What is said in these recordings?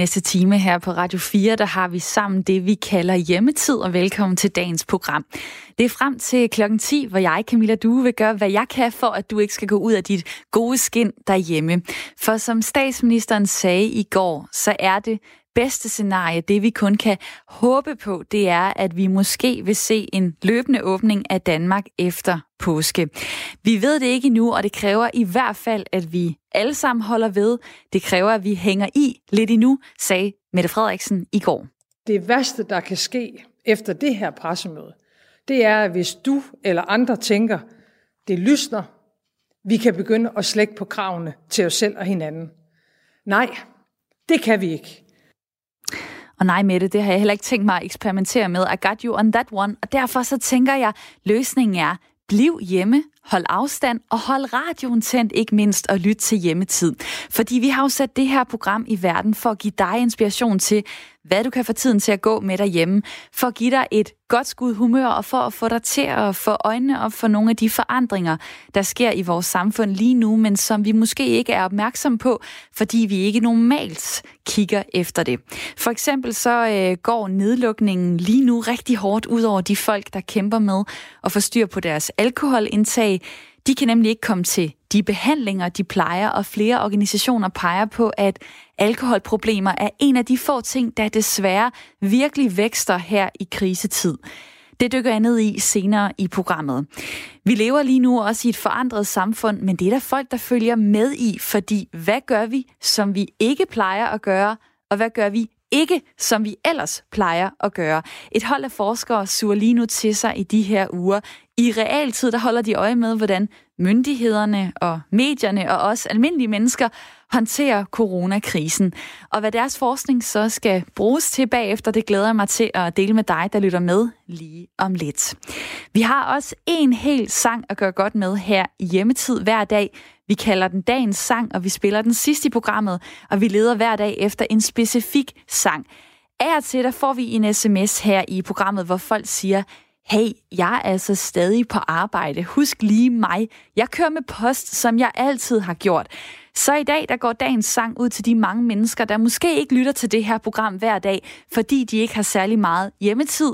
næste time her på Radio 4, der har vi sammen det, vi kalder hjemmetid, og velkommen til dagens program. Det er frem til klokken 10, hvor jeg, Camilla Due, vil gøre, hvad jeg kan for, at du ikke skal gå ud af dit gode skind derhjemme. For som statsministeren sagde i går, så er det bedste scenarie, det vi kun kan håbe på, det er, at vi måske vil se en løbende åbning af Danmark efter påske. Vi ved det ikke endnu, og det kræver i hvert fald, at vi alle sammen holder ved. Det kræver, at vi hænger i lidt endnu, sagde Mette Frederiksen i går. Det værste, der kan ske efter det her pressemøde, det er, hvis du eller andre tænker, det lysner, vi kan begynde at slække på kravene til os selv og hinanden. Nej, det kan vi ikke. Og nej, Mette, det har jeg heller ikke tænkt mig at eksperimentere med. I got you on that one. Og derfor så tænker jeg, løsningen er, bliv hjemme, hold afstand og hold radioen tændt, ikke mindst, og lyt til hjemmetid. Fordi vi har jo sat det her program i verden for at give dig inspiration til, hvad du kan få tiden til at gå med derhjemme, for at give dig et godt skud humør og for at få dig til at få øjnene op for nogle af de forandringer, der sker i vores samfund lige nu, men som vi måske ikke er opmærksom på, fordi vi ikke normalt kigger efter det. For eksempel så går nedlukningen lige nu rigtig hårdt ud over de folk, der kæmper med at få styr på deres alkoholindtag. De kan nemlig ikke komme til de behandlinger, de plejer, og flere organisationer peger på, at alkoholproblemer er en af de få ting, der desværre virkelig vækster her i krisetid. Det dykker jeg ned i senere i programmet. Vi lever lige nu også i et forandret samfund, men det er der folk, der følger med i, fordi hvad gør vi, som vi ikke plejer at gøre, og hvad gør vi ikke, som vi ellers plejer at gøre. Et hold af forskere suger lige nu til sig i de her uger. I realtid, der holder de øje med, hvordan myndighederne og medierne og os almindelige mennesker håndterer coronakrisen. Og hvad deres forskning så skal bruges til bagefter, det glæder jeg mig til at dele med dig, der lytter med lige om lidt. Vi har også en hel sang at gøre godt med her i hjemmetid hver dag. Vi kalder den dagens sang, og vi spiller den sidste i programmet, og vi leder hver dag efter en specifik sang. Af og til, der får vi en sms her i programmet, hvor folk siger, hey, jeg er altså stadig på arbejde. Husk lige mig. Jeg kører med post, som jeg altid har gjort. Så i dag, der går dagens sang ud til de mange mennesker, der måske ikke lytter til det her program hver dag, fordi de ikke har særlig meget hjemmetid.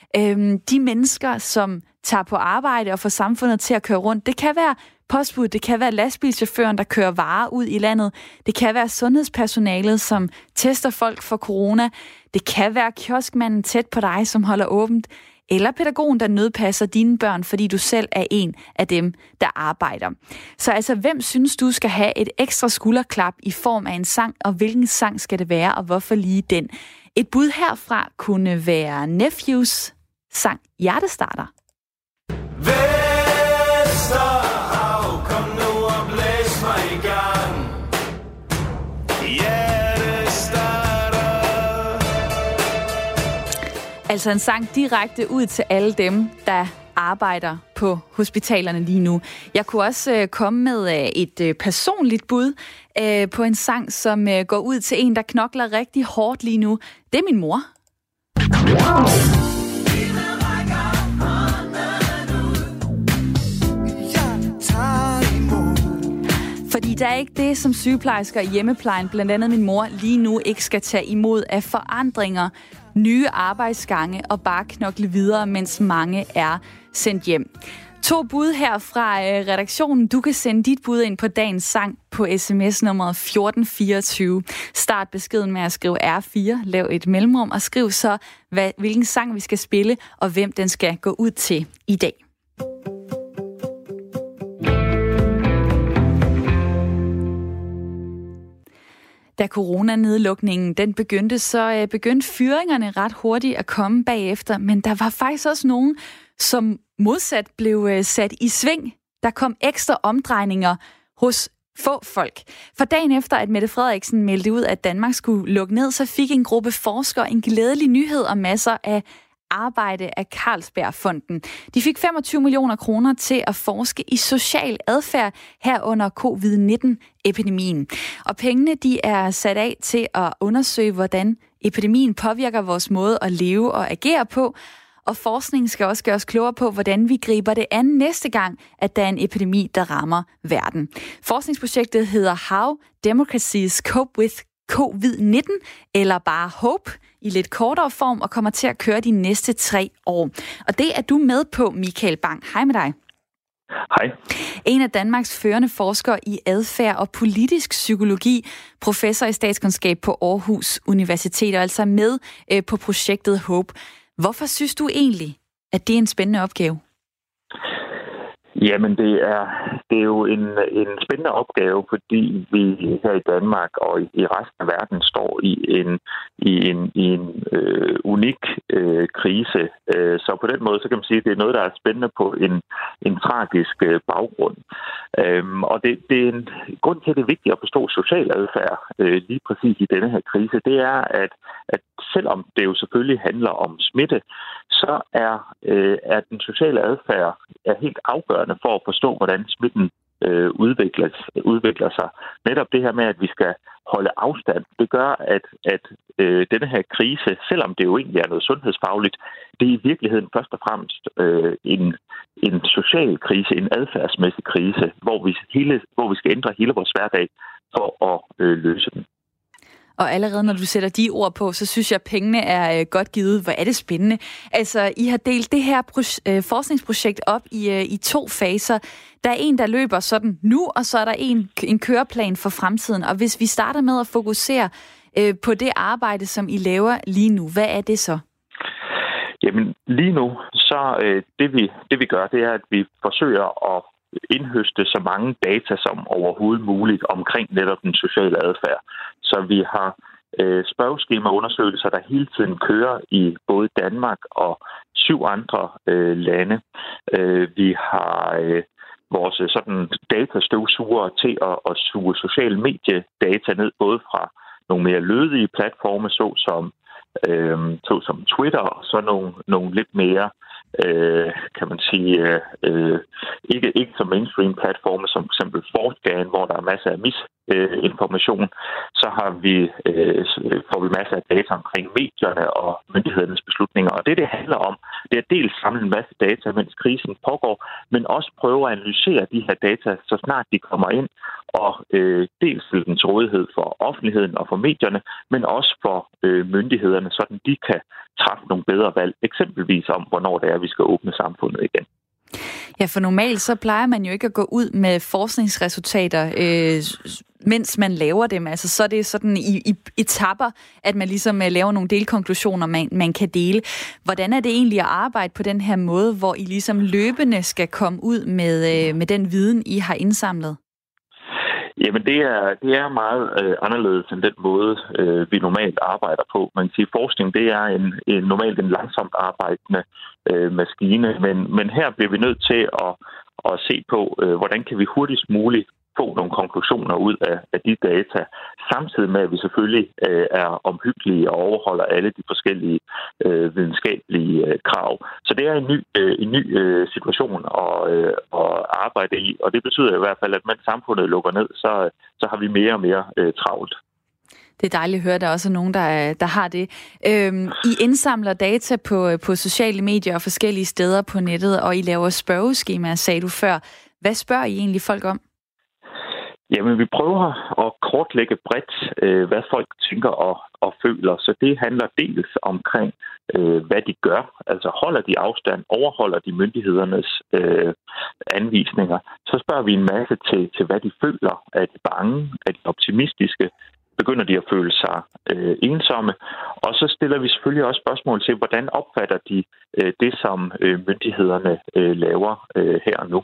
De mennesker, som tager på arbejde og får samfundet til at køre rundt, det kan være postbud, det kan være lastbilchaufføren, der kører varer ud i landet. Det kan være sundhedspersonalet, som tester folk for corona. Det kan være kioskmanden tæt på dig, som holder åbent. Eller pædagogen, der nødpasser dine børn, fordi du selv er en af dem, der arbejder. Så altså, hvem synes du skal have et ekstra skulderklap i form af en sang, og hvilken sang skal det være, og hvorfor lige den? Et bud herfra kunne være Nephews sang Hjertestarter. Vesterhav, kom nu og blæs mig i gang. Altså en sang direkte ud til alle dem, der arbejder på hospitalerne lige nu. Jeg kunne også komme med et personligt bud på en sang, som går ud til en, der knokler rigtig hårdt lige nu. Det er min mor. Fordi der er ikke det, som sygeplejersker i hjemmeplejen, blandt andet min mor, lige nu ikke skal tage imod af forandringer, nye arbejdsgange og bare knokle videre, mens mange er sendt hjem. 2 bud her fra redaktionen. Du kan sende dit bud ind på dagens sang på sms-nummeret 1424. Start beskeden med at skrive R4, lav et mellemrum og skriv så, hvilken sang vi skal spille og hvem den skal gå ud til i dag. Da coronanedlukningen den begyndte, så begyndte fyringerne ret hurtigt at komme bagefter, men der var faktisk også nogen, som modsat blev sat i sving. Der kom ekstra omdrejninger hos få folk. For dagen efter, at Mette Frederiksen meldte ud, at Danmark skulle lukke ned, så fik en gruppe forskere en glædelig nyhed og masser af arbejde af Carlsbergfonden. De fik 25 millioner kroner til at forske i social adfærd herunder covid-19-epidemien. Og pengene de er sat af til at undersøge, hvordan epidemien påvirker vores måde at leve og agere på. Og forskningen skal også gøre os klogere på, hvordan vi griber det an næste gang, at der er en epidemi, der rammer verden. Forskningsprojektet hedder How Democracies Cope with COVID-19, eller bare HOPE i lidt kortere form, og kommer til at køre de næste 3 år. Og det er du med på, Michael Bang. Hej med dig. Hej. En af Danmarks førende forskere i adfærd og politisk psykologi, professor i statskundskab på Aarhus Universitet, og altså med på projektet HOPE. Hvorfor synes du egentlig, at det er en spændende opgave? Jamen, det er jo en spændende opgave, fordi vi her i Danmark og i resten af verden står i en unik krise. Så på den måde, så kan man sige, at det er noget, der er spændende på en tragisk baggrund. Og det er en grund til, at det er vigtigt at forstå social adfærd lige præcis i denne her krise. Det er, at selvom det jo selvfølgelig handler om smitte, så er den sociale adfærd helt afgørende for at forstå, hvordan smitten udvikler sig. Netop det her med, at vi skal holde afstand, det gør, at denne her krise, selvom det jo egentlig er noget sundhedsfagligt, det er i virkeligheden først og fremmest en social krise, en adfærdsmæssig krise, hvor vi skal ændre hele vores hverdag for at løse den. Og allerede når du sætter de ord på, så synes jeg, at pengene er godt givet. Hvor er det spændende. Altså, I har delt det her forskningsprojekt op i 2 faser. Der er en, der løber sådan nu, og så er der en køreplan for fremtiden. Og hvis vi starter med at fokusere på det arbejde, som I laver lige nu, hvad er det så? Jamen, lige nu, så det vi gør, det er, at vi forsøger at indhøste så mange data som overhovedet muligt omkring netop den sociale adfærd. Så vi har spørgeskemaundersøgelser, der hele tiden kører i både Danmark og 7 andre lande. Vi har vores sådan datastøvsugere til at suge sociale mediedata ned, både fra nogle mere lødige platforme, såsom Twitter, og så nogle lidt mere kan man sige, ikke som mainstream platforme, som f.eks. 4chan, hvor der er masser af misinformation, så får vi masser af data omkring medierne og myndighedernes beslutninger. Og det handler om, det er dels samle en masse data, mens krisen pågår, men også prøve at analysere de her data, så snart de kommer ind, og dels stille den til rådighed for offentligheden og for medierne, men også for myndighederne, sådan de kan træffe nogle bedre valg, eksempelvis om, hvornår det er, vi skal åbne samfundet igen. Ja, for normalt så plejer man jo ikke at gå ud med forskningsresultater, mens man laver dem. Altså så er det sådan i etapper, at man ligesom laver nogle delkonklusioner, man kan dele. Hvordan er det egentlig at arbejde på den her måde, hvor I ligesom løbende skal komme ud med den viden, I har indsamlet? Jamen, det er meget anderledes end den måde, vi normalt arbejder på. Man kan sige, at forskning, det er normalt en langsomt arbejdende maskine, men her bliver vi nødt til at se på, hvordan kan vi hurtigst muligt få nogle konklusioner ud af de data, samtidig med, at vi selvfølgelig er omhyggelige og overholder alle de forskellige videnskabelige krav. Så det er en ny situation at arbejde i, og det betyder i hvert fald, at mens samfundet lukker ned, så har vi mere og mere travlt. Det er dejligt at høre, at der også er nogen, der har det. I indsamler data på sociale medier og forskellige steder på nettet, og I laver spørgeskemaer, sagde du før. Hvad spørger I egentlig folk om? Jamen, vi prøver at kortlægge bredt, hvad folk tænker og føler. Så det handler dels omkring, hvad de gør. Altså holder de afstand, overholder de myndighedernes anvisninger. Så spørger vi en masse til hvad de føler. Er de bange? Er de optimistiske? Begynder de at føle sig ensomme? Og så stiller vi selvfølgelig også spørgsmål til, hvordan opfatter de det, som myndighederne laver her og nu.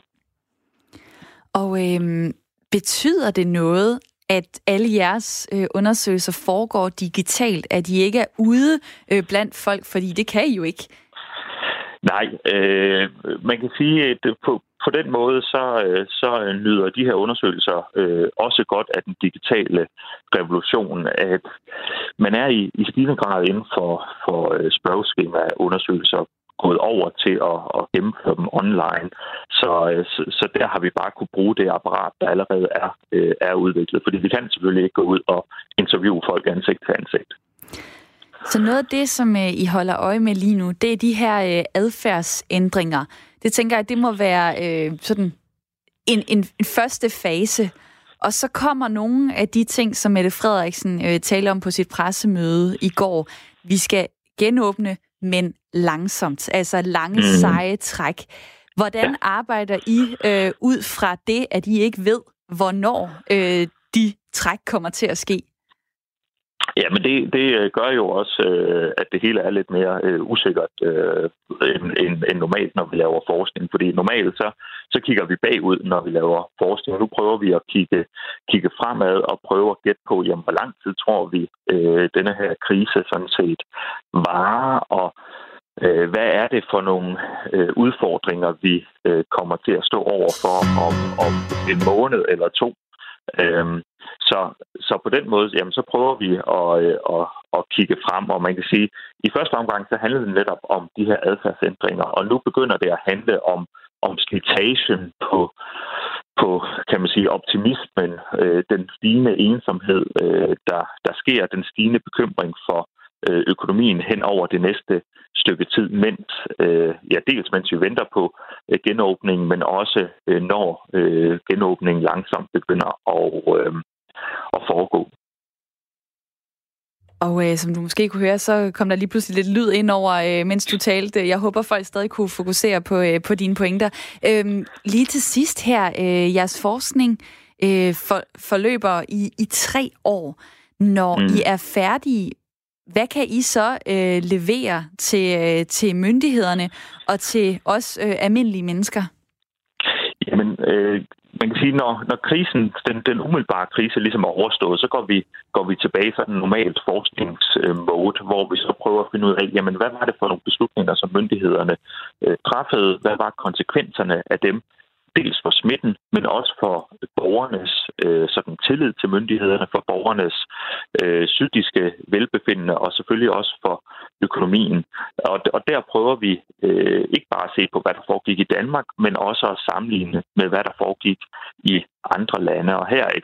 Og betyder det noget, at alle jeres undersøgelser foregår digitalt, at I ikke er ude blandt folk, fordi det kan I jo ikke? Nej, man kan sige, at på den måde, så nyder de her undersøgelser også godt af den digitale revolution, at man er i stigende grad inden for spørgeskemaundersøgelser gået over til at gennemføre dem online. Så der har vi bare kunne bruge det apparat, der allerede er udviklet. Fordi vi kan selvfølgelig ikke gå ud og interviewe folk ansigt til ansigt. Så noget af det, som I holder øje med lige nu, det er de her adfærdsændringer. Det tænker jeg, det må være sådan en første fase. Og så kommer nogle af de ting, som Mette Frederiksen talte om på sit pressemøde i går. Vi skal genåbne, men langsomt. Altså lange, seje træk. Hvordan arbejder I ud fra det, at I ikke ved, hvornår de træk kommer til at ske? Ja, men det gør jo også, at det hele er lidt mere usikkert end normalt, når vi laver forskning. Fordi normalt så kigger vi bagud, når vi laver forskning. Nu prøver vi at kigge fremad og prøve at gætte på, jamen, hvor lang tid tror vi, denne her krise sådan set varer, og hvad er det for nogle udfordringer, vi kommer til at stå overfor om en måned eller to? Så på den måde, jamen, så prøver vi at kigge frem, og man kan sige, i første omgang, så handler det netop om de her adfærdsændringer, og nu begynder det at handle om slitagen på kan man sige, optimismen, den stigende ensomhed, der sker, den stigende bekymring for økonomien hen over det næste stykke tid, dels mens vi venter på genåbningen, men også når genåbningen langsomt begynder at foregå. Og som du måske kunne høre, så kom der lige pludselig lidt lyd ind over, mens du talte. Jeg håber, folk stadig kunne fokusere på dine pointer. Lige til sidst her, jeres forskning forløber i 3 år. Når I er færdige, hvad kan I så levere til myndighederne og til os almindelige mennesker? Jamen, man kan sige, når krisen, den umiddelbare krise ligesom er overstået, så går vi tilbage i sådan en normalt forskningsmode, hvor vi så prøver at finde ud af, jamen, hvad var det for nogle beslutninger, som myndighederne træffede? Hvad var konsekvenserne af dem? Dels for smitten, men også for borgernes sådan tillid til myndighederne, for borgernes psykiske velbefindende og selvfølgelig også for økonomien. Og der prøver vi ikke bare at se på, hvad der foregik i Danmark, men også at sammenligne med, hvad der foregik i andre lande. Og her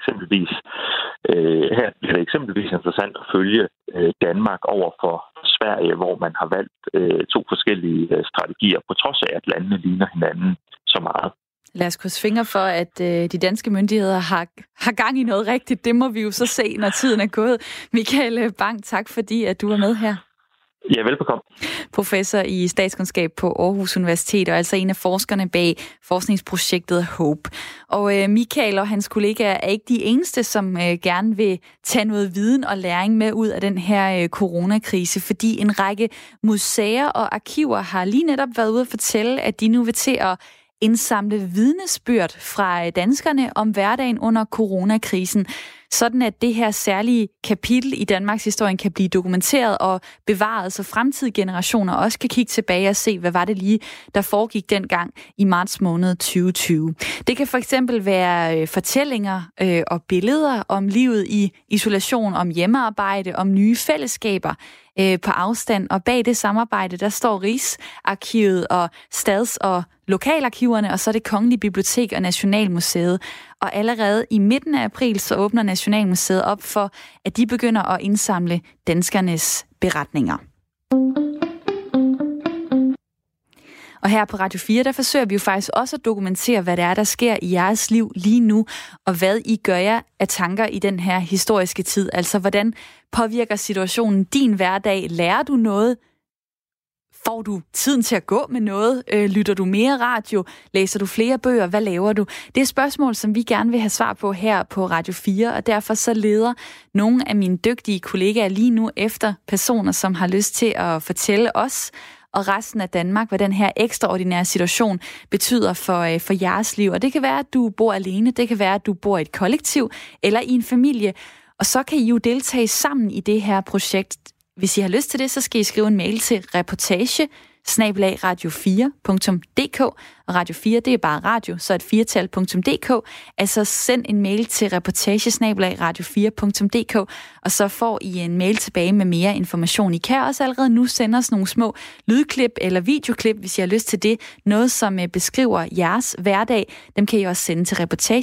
bliver det eksempelvis interessant at følge Danmark over for Sverige, hvor man har valgt 2 forskellige strategier, på trods af, at landene ligner hinanden så meget. Lad os krydse fingre for, at de danske myndigheder har gang i noget rigtigt. Det må vi jo så se, når tiden er gået. Michael Bang, tak fordi at du er med her. Ja, velbekomme. Professor i statskundskab på Aarhus Universitet, og altså en af forskerne bag forskningsprojektet HOPE. Og Michael og hans kollegaer er ikke de eneste, som gerne vil tage noget viden og læring med ud af den her coronakrise, fordi en række museer og arkiver har lige netop været ude at fortælle, at de nu vil til at indsamle vidnesbyrd fra danskerne om hverdagen under coronakrisen, sådan at det her særlige kapitel i Danmarks historie kan blive dokumenteret og bevaret, så fremtidige generationer også kan kigge tilbage og se, hvad var det lige, der foregik dengang i marts måned 2020. Det kan for eksempel være fortællinger og billeder om livet i isolation, om hjemmearbejde, om nye fællesskaber på afstand. Og bag det samarbejde, der står Rigsarkivet og Stads- og Lokalarkiverne, og så det Kongelige Bibliotek og Nationalmuseet. Og allerede i midten af april, så åbner Nationalmuseet op for, at de begynder at indsamle danskernes beretninger. Og her på Radio 4, der forsøger vi jo faktisk også at dokumentere, hvad det er, der sker i jeres liv lige nu, og hvad I gør jer af tanker i den her historiske tid. Altså, hvordan påvirker situationen din hverdag? Lærer du noget? Får du tiden til at gå med noget? Lytter du mere radio? Læser du flere bøger? Hvad laver du? Det er spørgsmål, som vi gerne vil have svar på her på Radio 4, og derfor så leder nogle af mine dygtige kollegaer lige nu efter personer, som har lyst til at fortælle os og resten af Danmark, hvad den her ekstraordinære situation betyder for jeres liv. Og det kan være, at du bor alene, det kan være, at du bor i et kollektiv eller i en familie, og så kan I jo deltage sammen i det her projekt. Hvis I har lyst til det, så skal I skrive en mail til reportage@radio4.dk, og Radio 4, det er bare radio, så et 4tal.dk. Altså send en mail til reportage@radio4.dk, og så får I en mail tilbage med mere information. I kan også allerede nu sende os nogle små lydklip eller videoklip, hvis I har lyst til det. Noget, som beskriver jeres hverdag. Dem kan I også sende til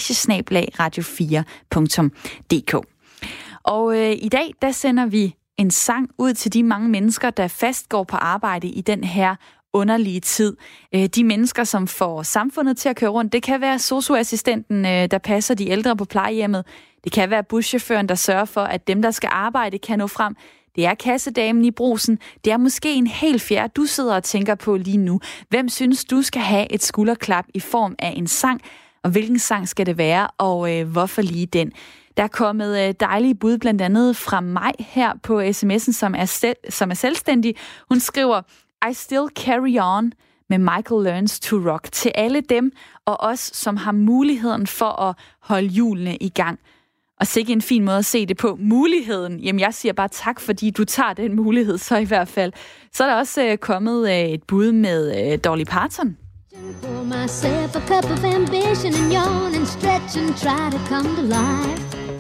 reportage@radio4.dk. Og i dag, der sender vi en sang ud til de mange mennesker, der fast går på arbejde i den her underlige tid. De mennesker, som får samfundet til at køre rundt, det kan være sosu-assistenten, der passer de ældre på plejehjemmet. Det kan være buschaufføren, der sørger for, at dem, der skal arbejde, kan nå frem. Det er kassedamen i Brugsen. Det er måske en helt fjerde, du sidder og tænker på lige nu. Hvem synes, du skal have et skulderklap i form af en sang? Og hvilken sang skal det være, og hvorfor lige den? Der er kommet dejlige bud, blandt andet fra mig her på sms'en, som er selvstændig. Hun skriver, I still carry on med Michael Learns to Rock. Til alle dem og os, som har muligheden for at holde hjulene i gang. Og sikke en fin måde at se det på. Muligheden, jamen jeg siger bare tak, fordi du tager den mulighed, så i hvert fald. Så er der også kommet et bud med Dolly Parton. Pour myself a cup of ambition and yawn and stretch and try to come to life.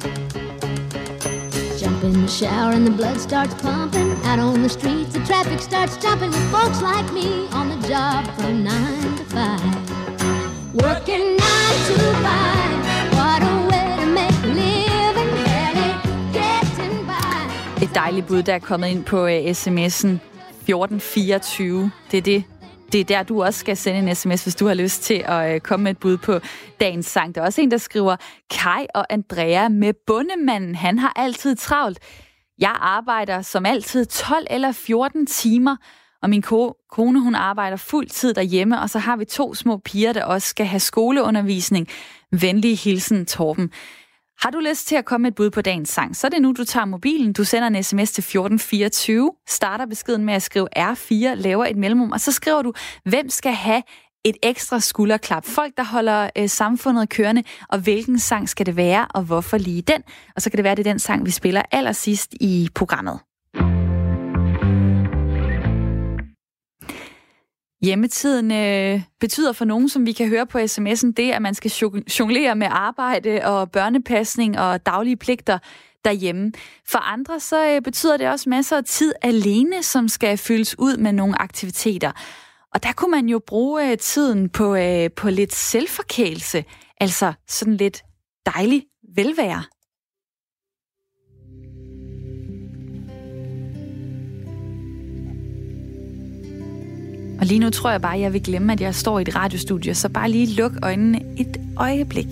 Jump in the shower and the blood starts pumping. Out on the streets the traffic starts jumping with folks like me on the job from 9 to 5. Working 9 to 5. What a way to make a living, barely getting by. Et dejligt bud, der er kommet ind på sms'en 1424. Det er der, du også skal sende en sms, hvis du har lyst til at komme med et bud på dagens sang. Der er også en, der skriver, Kai og Andrea med bondemanden. Han har altid travlt. Jeg arbejder som altid 12 eller 14 timer, og min kone, hun arbejder fuld tid derhjemme, og så har vi 2 små piger, der også skal have skoleundervisning. Venlig hilsen, Torben. Har du lyst til at komme med et bud på dagens sang, så er det nu, du tager mobilen. Du sender en sms til 1424, starter beskeden med at skrive R4, laver et mellemrum, og så skriver du, hvem skal have et ekstra skulderklap. Folk, der holder samfundet kørende, og hvilken sang skal det være, og hvorfor lige den? Og så kan det være, det er den sang, vi spiller allersidst i programmet. Hjemmetiden betyder for nogen, som vi kan høre på sms'en, det, at man skal jonglere med arbejde og børnepasning og daglige pligter derhjemme. For andre så betyder det også masser af tid alene, som skal fyldes ud med nogle aktiviteter. Og der kunne man jo bruge tiden på lidt selvforkælelse, altså sådan lidt dejlig velvære. Og lige nu tror jeg bare, at jeg vil glemme, at jeg står i et radiostudie, så bare lige luk øjnene et øjeblik.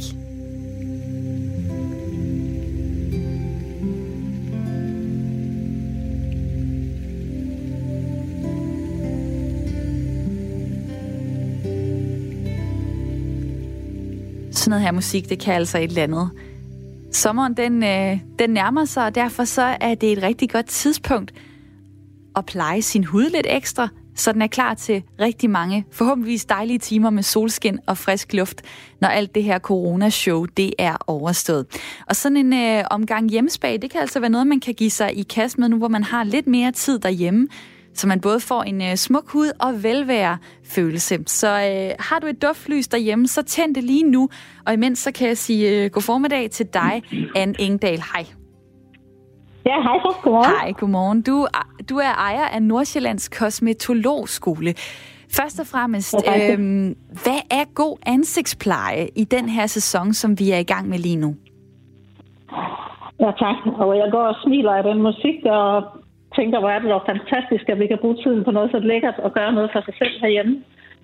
Sådan noget her musik, det kan altså et eller andet. Sommeren, den nærmer sig, og derfor så er det et rigtig godt tidspunkt at pleje sin hud lidt ekstra, så den er klar til rigtig mange, forhåbentligvis dejlige timer med solskin og frisk luft, når alt det her coronashow, det er overstået. Og sådan en omgang hjemmespag, det kan altså være noget, man kan give sig i kast med nu, hvor man har lidt mere tid derhjemme, så man både får en smuk hud og velvære-følelse. Så har du et duftlys derhjemme, så tænd det lige nu, og imens så kan jeg sige god formiddag til dig, Anne Engdahl. Hej. Ja, hej så. Godmorgen. Hej, godmorgen. Du er ejer af Nordsjællands Kosmetologskole. Først og fremmest, hvad er god ansigtspleje i den her sæson, som vi er i gang med lige nu? Ja, tak. Og jeg går og smiler af den musik, og tænker, hvor er det dog fantastisk, at vi kan bruge tiden på noget så lækkert og gøre noget for sig selv herhjemme.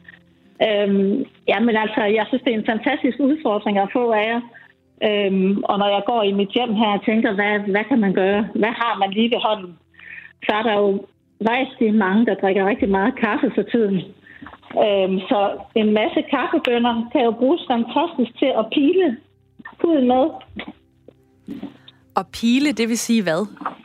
Men altså, jeg synes, det er en fantastisk udfordring at få af jer. Og når jeg går i mit hjem her og tænker, hvad kan man gøre? Hvad har man lige ved hånden? Så er der jo rigtig mange, der drikker rigtig meget kaffe for tiden. Så en masse kaffebønner kan jo bruges fantastisk til at pile huden med. Og pile, det vil sige hvad?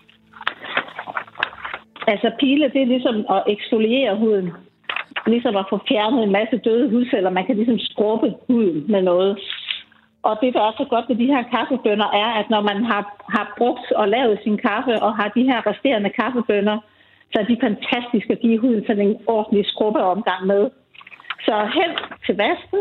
Altså pile, det er ligesom at eksfoliere huden. Ligesom at få fjernet en masse døde hudceller. Man kan ligesom skrubbe huden med noget. Og det, der er så godt ved de her kaffebønner, er, at når man har brugt og lavet sin kaffe, og har de her resterende kaffebønner, så er de fantastiske at give huden sådan en ordentlig skrubbeomgang med. Så hæld til vasken.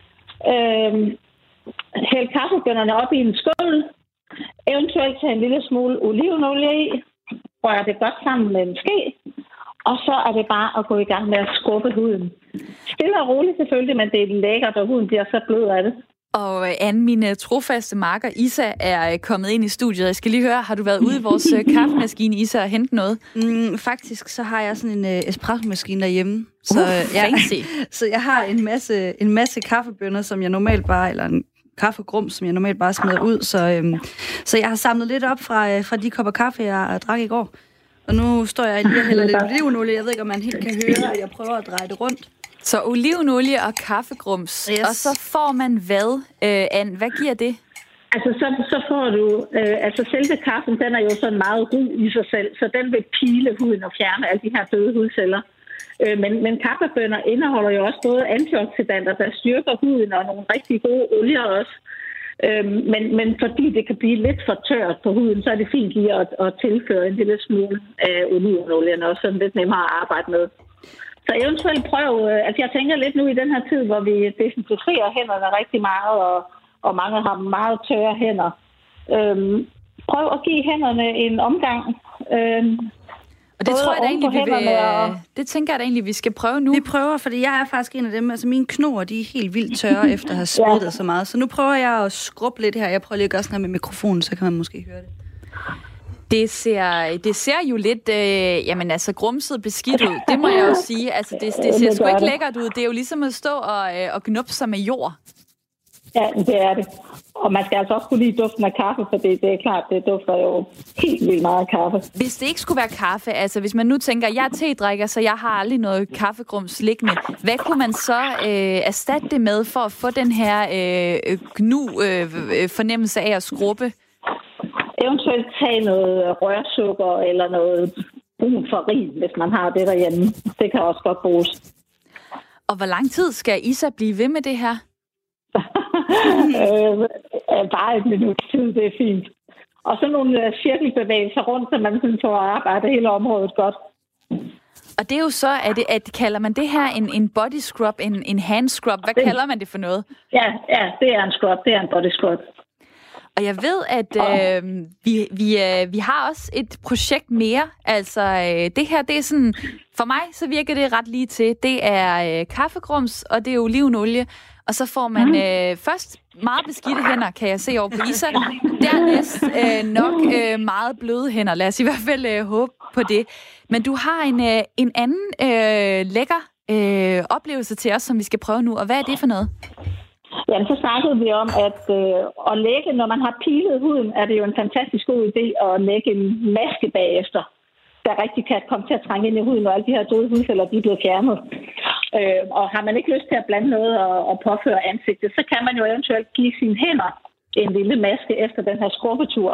Hæld kaffebønnerne op i en skål. Eventuelt tage en lille smule olivenolie i. Rør det godt sammen med en ske. Og så er det bare at gå i gang med at skrubbe huden. Stille og roligt selvfølgelig, men det er lækkert, og huden bliver så blød af det. Og Anne, min trofaste makker Isa er kommet ind i studiet. Jeg skal lige høre, har du været ude i vores kaffemaskine, Isa, og hentet noget? Faktisk så har jeg sådan en espresso-maskine derhjemme. Så, så jeg har en masse kaffebønner, som jeg normalt bare, eller en kaffegrum, som jeg normalt bare smider ud. Så jeg har samlet lidt op fra de kopper kaffe, jeg drak i går. Og nu står jeg lige og hælder lidt olivenolie. Jeg ved ikke, om man helt kan høre, at jeg prøver at dreje det rundt. Så olivenolie og kaffegrums. Yes. Og så får man hvad, Anne? Hvad giver det? Altså, så får du... selve kaffen, den er jo sådan meget ru i sig selv, så den vil pile huden og fjerne alle de her døde hudceller. Men kaffebønner indeholder jo også både antioxidanter, der styrker huden, og nogle rigtig gode olier også. Men fordi det kan blive lidt for tørt på huden, så er det fint lige at tilføre en lille smule af olivenolien, og sådan lidt nemmere at arbejde med. Så eventuelt prøv, jeg tænker lidt nu i den her tid, hvor vi desinficerer hænderne rigtig meget, og mange har meget tørre hænder. Prøv at give hænderne en omgang. Og det tror jeg da egentlig, det tænker jeg da egentlig, vi skal prøve nu. Vi prøver, fordi jeg er faktisk en af dem, altså mine knor, de er helt vildt tørre efter at have sprittet så meget. Så nu prøver jeg at skrubbe lidt her. Jeg prøver lige at gøre sådan her med mikrofonen, så kan man måske høre det. Det ser jo lidt, grumset beskidt ud. Det må jeg jo sige. Altså, det ser sgu ikke lækkert ud. Det er jo ligesom at stå og knuppe sig med jord. Ja, det er det. Og man skal altså også kunne lide duften af kaffe, for det er klart, det dufter jo helt vildt meget af kaffe. Hvis det ikke skulle være kaffe, altså hvis man nu tænker, jeg er tedrikker, så jeg har aldrig noget kaffegrums liggende. Hvad kunne man så erstatte det med for at få den her fornemmelse af at skrubbe? Eventuelt tage noget rørsukker eller noget brun farin, hvis man har det derhjemme. Det kan også godt bruges. Og hvor lang tid skal Isa blive ved med det her? Bare et minut tid, det er fint. Og så nogle cirkelbevægelser rundt, så man sådan får arbejde hele området godt. Og det er jo så, at kalder man det her en body scrub, en hand scrub? Hvad kalder man det for noget? Ja, det er en scrub, det er en body scrub. Og jeg ved, at vi har også et projekt mere. Altså, det her, det er sådan... For mig, så virker det ret lige til. Det er kaffegrums, og det er olivenolie. Og så får man først meget beskidte hænder, kan jeg se over på Isa. Dernæst nok meget bløde hænder. Lad os i hvert fald håbe på det. Men du har en anden lækker oplevelse til os, som vi skal prøve nu. Og hvad er det for noget? Jamen, så snakkede vi om, at lægge, når man har pilet huden, er det jo en fantastisk god idé at lægge en maske bagefter, der rigtig kan komme til at trænge ind i huden, og alle de her døde hudceller, de er blevet fjernet. Og har man ikke lyst til at blande noget og påføre ansigtet, så kan man jo eventuelt give sine hænder en lille maske efter den her skrubbetur.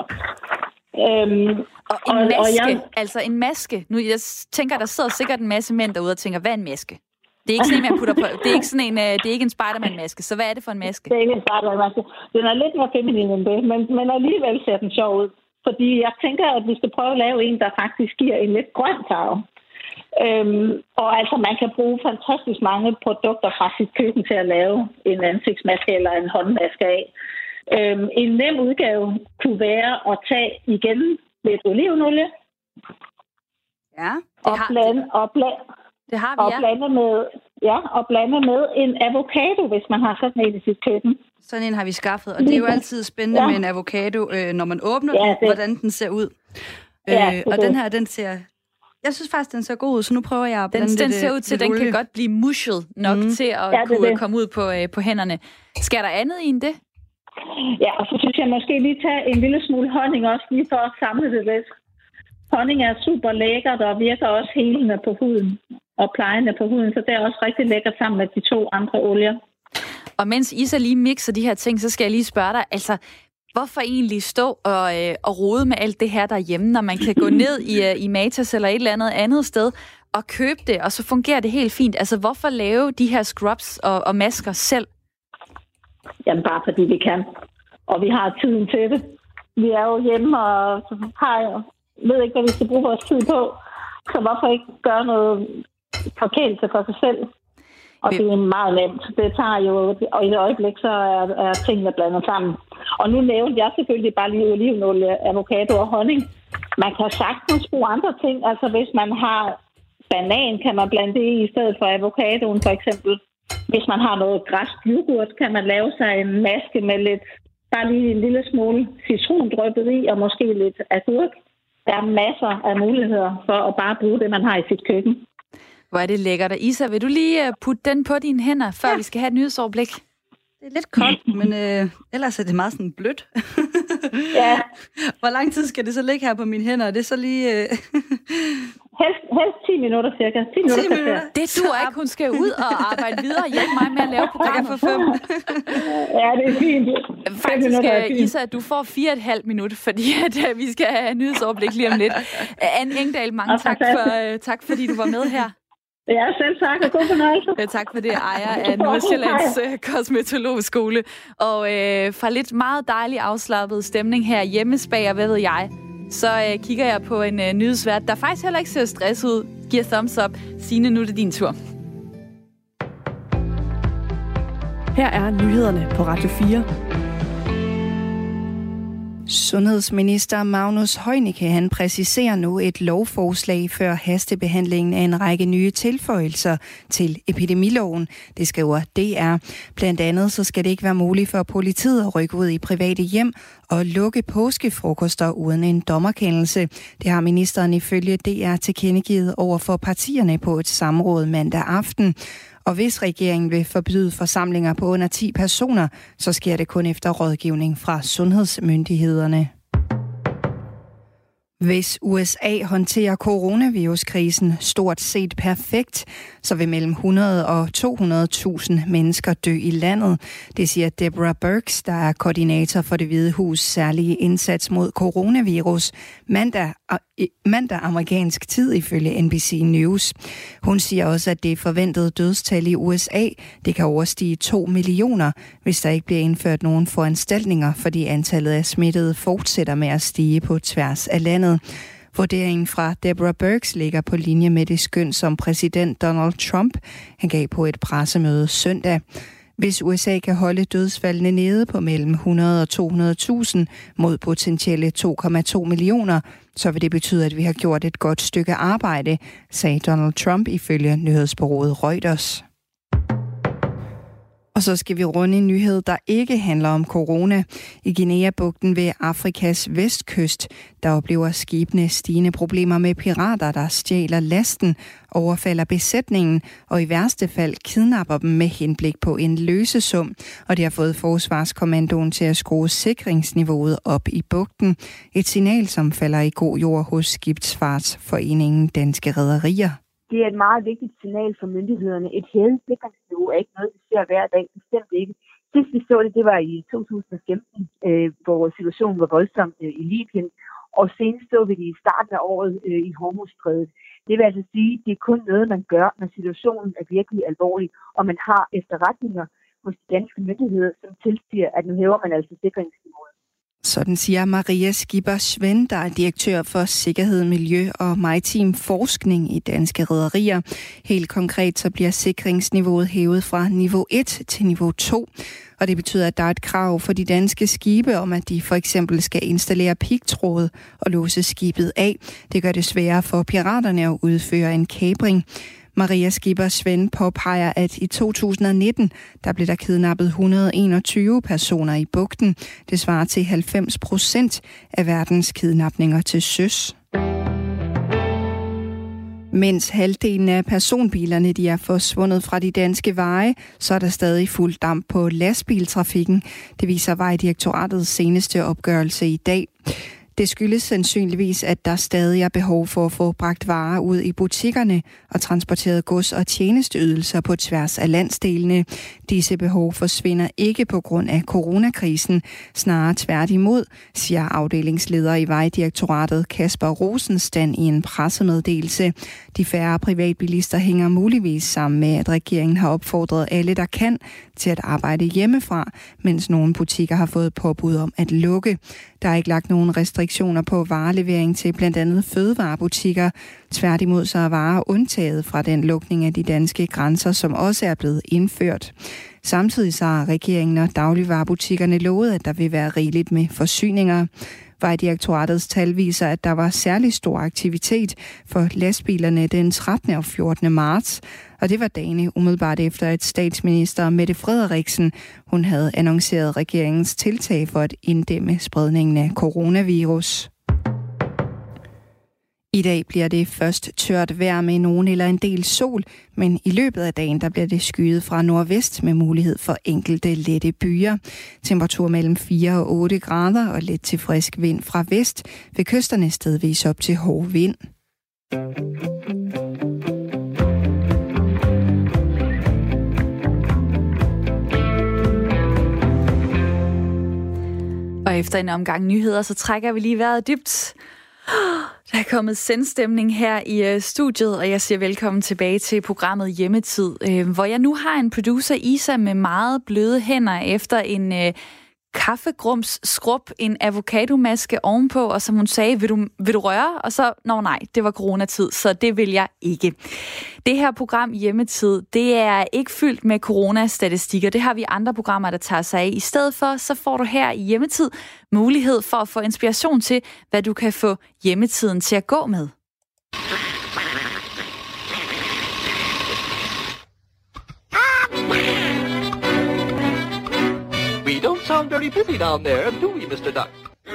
Og en maske, altså en maske. Nu, jeg tænker, der sidder sikkert en masse mænd derude og tænker, hvad er en maske? Det er ikke sådan en, man putter på. Det er ikke sådan en, det er ikke en Spider-Man-maske. Så hvad er det for en maske? Det er ikke en Spider-Man-maske. Den er lidt mere feminin end det, men alligevel ser den sjov ud. Fordi jeg tænker, at vi skal prøve at lave en, der faktisk giver en lidt grøn farve. Og altså, man kan bruge fantastisk mange produkter fra sit køkken til at lave en ansigtsmaske eller en håndmaske af. En nem udgave kunne være at tage igen lidt olivenolie. Ja, det har vi, og blande med en avocado, hvis man har sådan en i sit køkken. Sådan en har vi skaffet, og det er jo altid spændende med en avocado, når man åbner den, hvordan den ser ud. Og den her, den ser... Jeg synes faktisk, den ser god ud, så nu prøver jeg at blande den ser ud til, at den kan godt blive mushet nok til at kunne komme ud på hænderne. Skal der andet i end det? Ja, og så synes jeg måske lige tage en lille smule honning også, lige for at samle det lidt. Honning er super lækkert og virker også helende på huden og plejende på huden, så det er også rigtig lækkert sammen med de 2 andre olier. Og mens Isa lige mixer de her ting, så skal jeg lige spørge dig, altså, hvorfor egentlig stå og rode med alt det her derhjemme, når man kan gå ned i Matas eller et eller andet sted og købe det, og så fungerer det helt fint? Altså, hvorfor lave de her scrubs og masker selv? Jamen, bare fordi vi kan. Og vi har tiden til det. Vi er jo hjemme og ved ikke, hvad vi skal bruge vores tid på. Så hvorfor ikke gøre noget forkælelse for sig selv? Og det er meget nemt. Det tager jo, og i et øjeblik, så er tingene blandet sammen. Og nu nævnte jeg selvfølgelig bare lige olivenolie, avocado og honning. Man kan sagtens bruge andre ting. Altså hvis man har banan, kan man blande det i stedet for avocadoen for eksempel. Hvis man har noget græsk yoghurt, kan man lave sig en maske med lidt, bare lige en lille smule citrondryppet i, og måske lidt agurk. Der er masser af muligheder for at bare bruge det, man har i sit køkken. Hvor er det lækkert. Isa, vil du lige putte den på dine hænder, før vi skal have et nyhedsoverblik? Det er lidt koldt, men ellers er det meget sådan blødt. Ja. Hvor lang tid skal det så ligge her på mine hænder? Det er så lige... Helst 10 minutter cirka. 10 minutter. Det duer ikke. Hun skal ud og arbejde videre og hjælpe mig med at lave programmet. For 5. Ja, det er fint. Faktisk, Isa, du får 4,5 minutter, fordi at, vi skal have nyhedsoverblik lige om lidt. Anne Engdahl, mange tak, fordi du var med her. Ja, selv tak, og god fornøjelse. Ja, tak for det, ejer af Nordsjællands Kosmetologskole. Og fra lidt meget dejlig afslappet stemning her hjemmespag, og hvad ved jeg, så kigger jeg på en nyhedsvært, der faktisk heller ikke ser stresset ud. Giver thumbs up. Signe, nu er det din tur. Her er nyhederne på Radio 4. Sundhedsminister Magnus Heunicke, han præciserer nu et lovforslag før hastebehandlingen af en række nye tilføjelser til epidemiloven. Det skriver DR. Blandt andet så skal det ikke være muligt for politiet at rykke ud i private hjem og lukke påskefrokoster uden en dommerkendelse. Det har ministeren ifølge DR tilkendegivet over for partierne på et samråd mandag aften. Og hvis regeringen vil forbyde forsamlinger på under 10 personer, så sker det kun efter rådgivning fra sundhedsmyndighederne. Hvis USA håndterer coronaviruskrisen stort set perfekt, så vil mellem 100 og 200.000 mennesker dø i landet. Det siger Deborah Birx, der er koordinator for Det Hvide Hus' særlige indsats mod coronavirus, mandag amerikansk tid ifølge NBC News. Hun siger også, at det forventede dødstal i USA, det kan overstige 2 millioner, hvis der ikke bliver indført nogen foranstaltninger, fordi antallet af smittede fortsætter med at stige på tværs af landet. Vurderingen fra Deborah Birx ligger på linje med det skøn, som præsident Donald Trump han gav på et pressemøde søndag. Hvis USA kan holde dødsfaldene nede på mellem 100 og 200.000 mod potentielle 2,2 millioner, så vil det betyde, at vi har gjort et godt stykke arbejde, sagde Donald Trump ifølge nyhedsbureauet Reuters. Og så skal vi runde en nyhed, der ikke handler om corona. I Guinea-bugten ved Afrikas vestkyst, der oplever skibene stigende problemer med pirater, der stjæler lasten, overfalder besætningen og i værste fald kidnapper dem med henblik på en løsesum. Og det har fået Forsvarskommandoen til at skrue sikringsniveauet op i bugten. Et signal, som falder i god jord hos Skibsfartsforeningen Danske Rederier. Det er et meget vigtigt signal for myndighederne. Et hævet sikringsniveau er ikke noget, vi ser hver dag. Bestemt ikke. Sidst vi så det var i 2015, hvor situationen var voldsom i Libyen. Og senest så vi det i starten af året i Hormuzstrædet. Det vil altså sige, at det er kun noget, man gør, når situationen er virkelig alvorlig. Og man har efterretninger hos de danske myndigheder, som tilsiger, at nu hæver man altså sikringsniveauet. Sådan siger Maria Skipper-Svend, der er direktør for Sikkerhed, Miljø og Maritim Forskning i Danske Rederier. Helt konkret så bliver sikringsniveauet hævet fra niveau 1 til niveau 2. Og det betyder, at der er et krav for de danske skibe om, at de for eksempel skal installere pigtråd og låse skibet af. Det gør det sværere for piraterne at udføre en kapring. Maria Skipper-Svend påpeger, at i 2019, der blev der kidnappet 121 personer i bugten. Det svarer til 90% af verdens kidnapninger til søs. Mens halvdelen af personbilerne de er forsvundet fra de danske veje, så er der stadig fuld damp på lastbiltrafikken. Det viser Vejdirektoratets seneste opgørelse i dag. Det skyldes sandsynligvis, at der stadig er behov for at få bragt varer ud i butikkerne og transporteret gods- og tjenesteydelser på tværs af landsdelene. Disse behov forsvinder ikke på grund af coronakrisen, snarere tværtimod, siger afdelingsleder i Vejdirektoratet Kasper Rosenstand i en pressemeddelelse. De færre privatbilister hænger muligvis sammen med, at regeringen har opfordret alle, der kan, til at arbejde hjemmefra, mens nogle butikker har fået påbud om at lukke. Der er ikke lagt nogen restriktioner på varelevering til blandt andet fødevarebutikker. Tværtimod så er varer undtaget fra den lukning af de danske grænser, som også er blevet indført. Samtidig så har regeringen og dagligvarebutikkerne lovet, at der vil være rigeligt med forsyninger. Vejdirektoratets tal viser, at der var særlig stor aktivitet for lastbilerne den 13. og 14. marts. Og det var dagene umiddelbart efter, at statsminister Mette Frederiksen hun havde annonceret regeringens tiltag for at inddæmme spredningen af coronavirus. I dag bliver det først tørt vejr med nogen eller en del sol, men i løbet af dagen der bliver det skyet fra nordvest med mulighed for enkelte lette byer. Temperatur mellem 4 og 8 grader og let til frisk vind fra vest, ved kysterne stedvis op til hård vind. Og efter en omgang nyheder, så trækker vi lige vejret dybt. Der er kommet sendstemning her i studiet, og jeg siger velkommen tilbage til programmet Hjemmetid, hvor jeg nu har en producer, Isa, med meget bløde hænder efter en kaffegrums skrub, en avocadomaske ovenpå, og som hun sagde, vil du røre? Og så, nej, det var coronatid, så det vil jeg ikke. Det her program Hjemmetid, det er ikke fyldt med coronastatistikker. Det har vi andre programmer, der tager sig af. I stedet for, så får du her i Hjemmetid mulighed for at få inspiration til, hvad du kan få hjemmetiden til at gå med. We don't sound very busy down there, do we, Mr. Duck?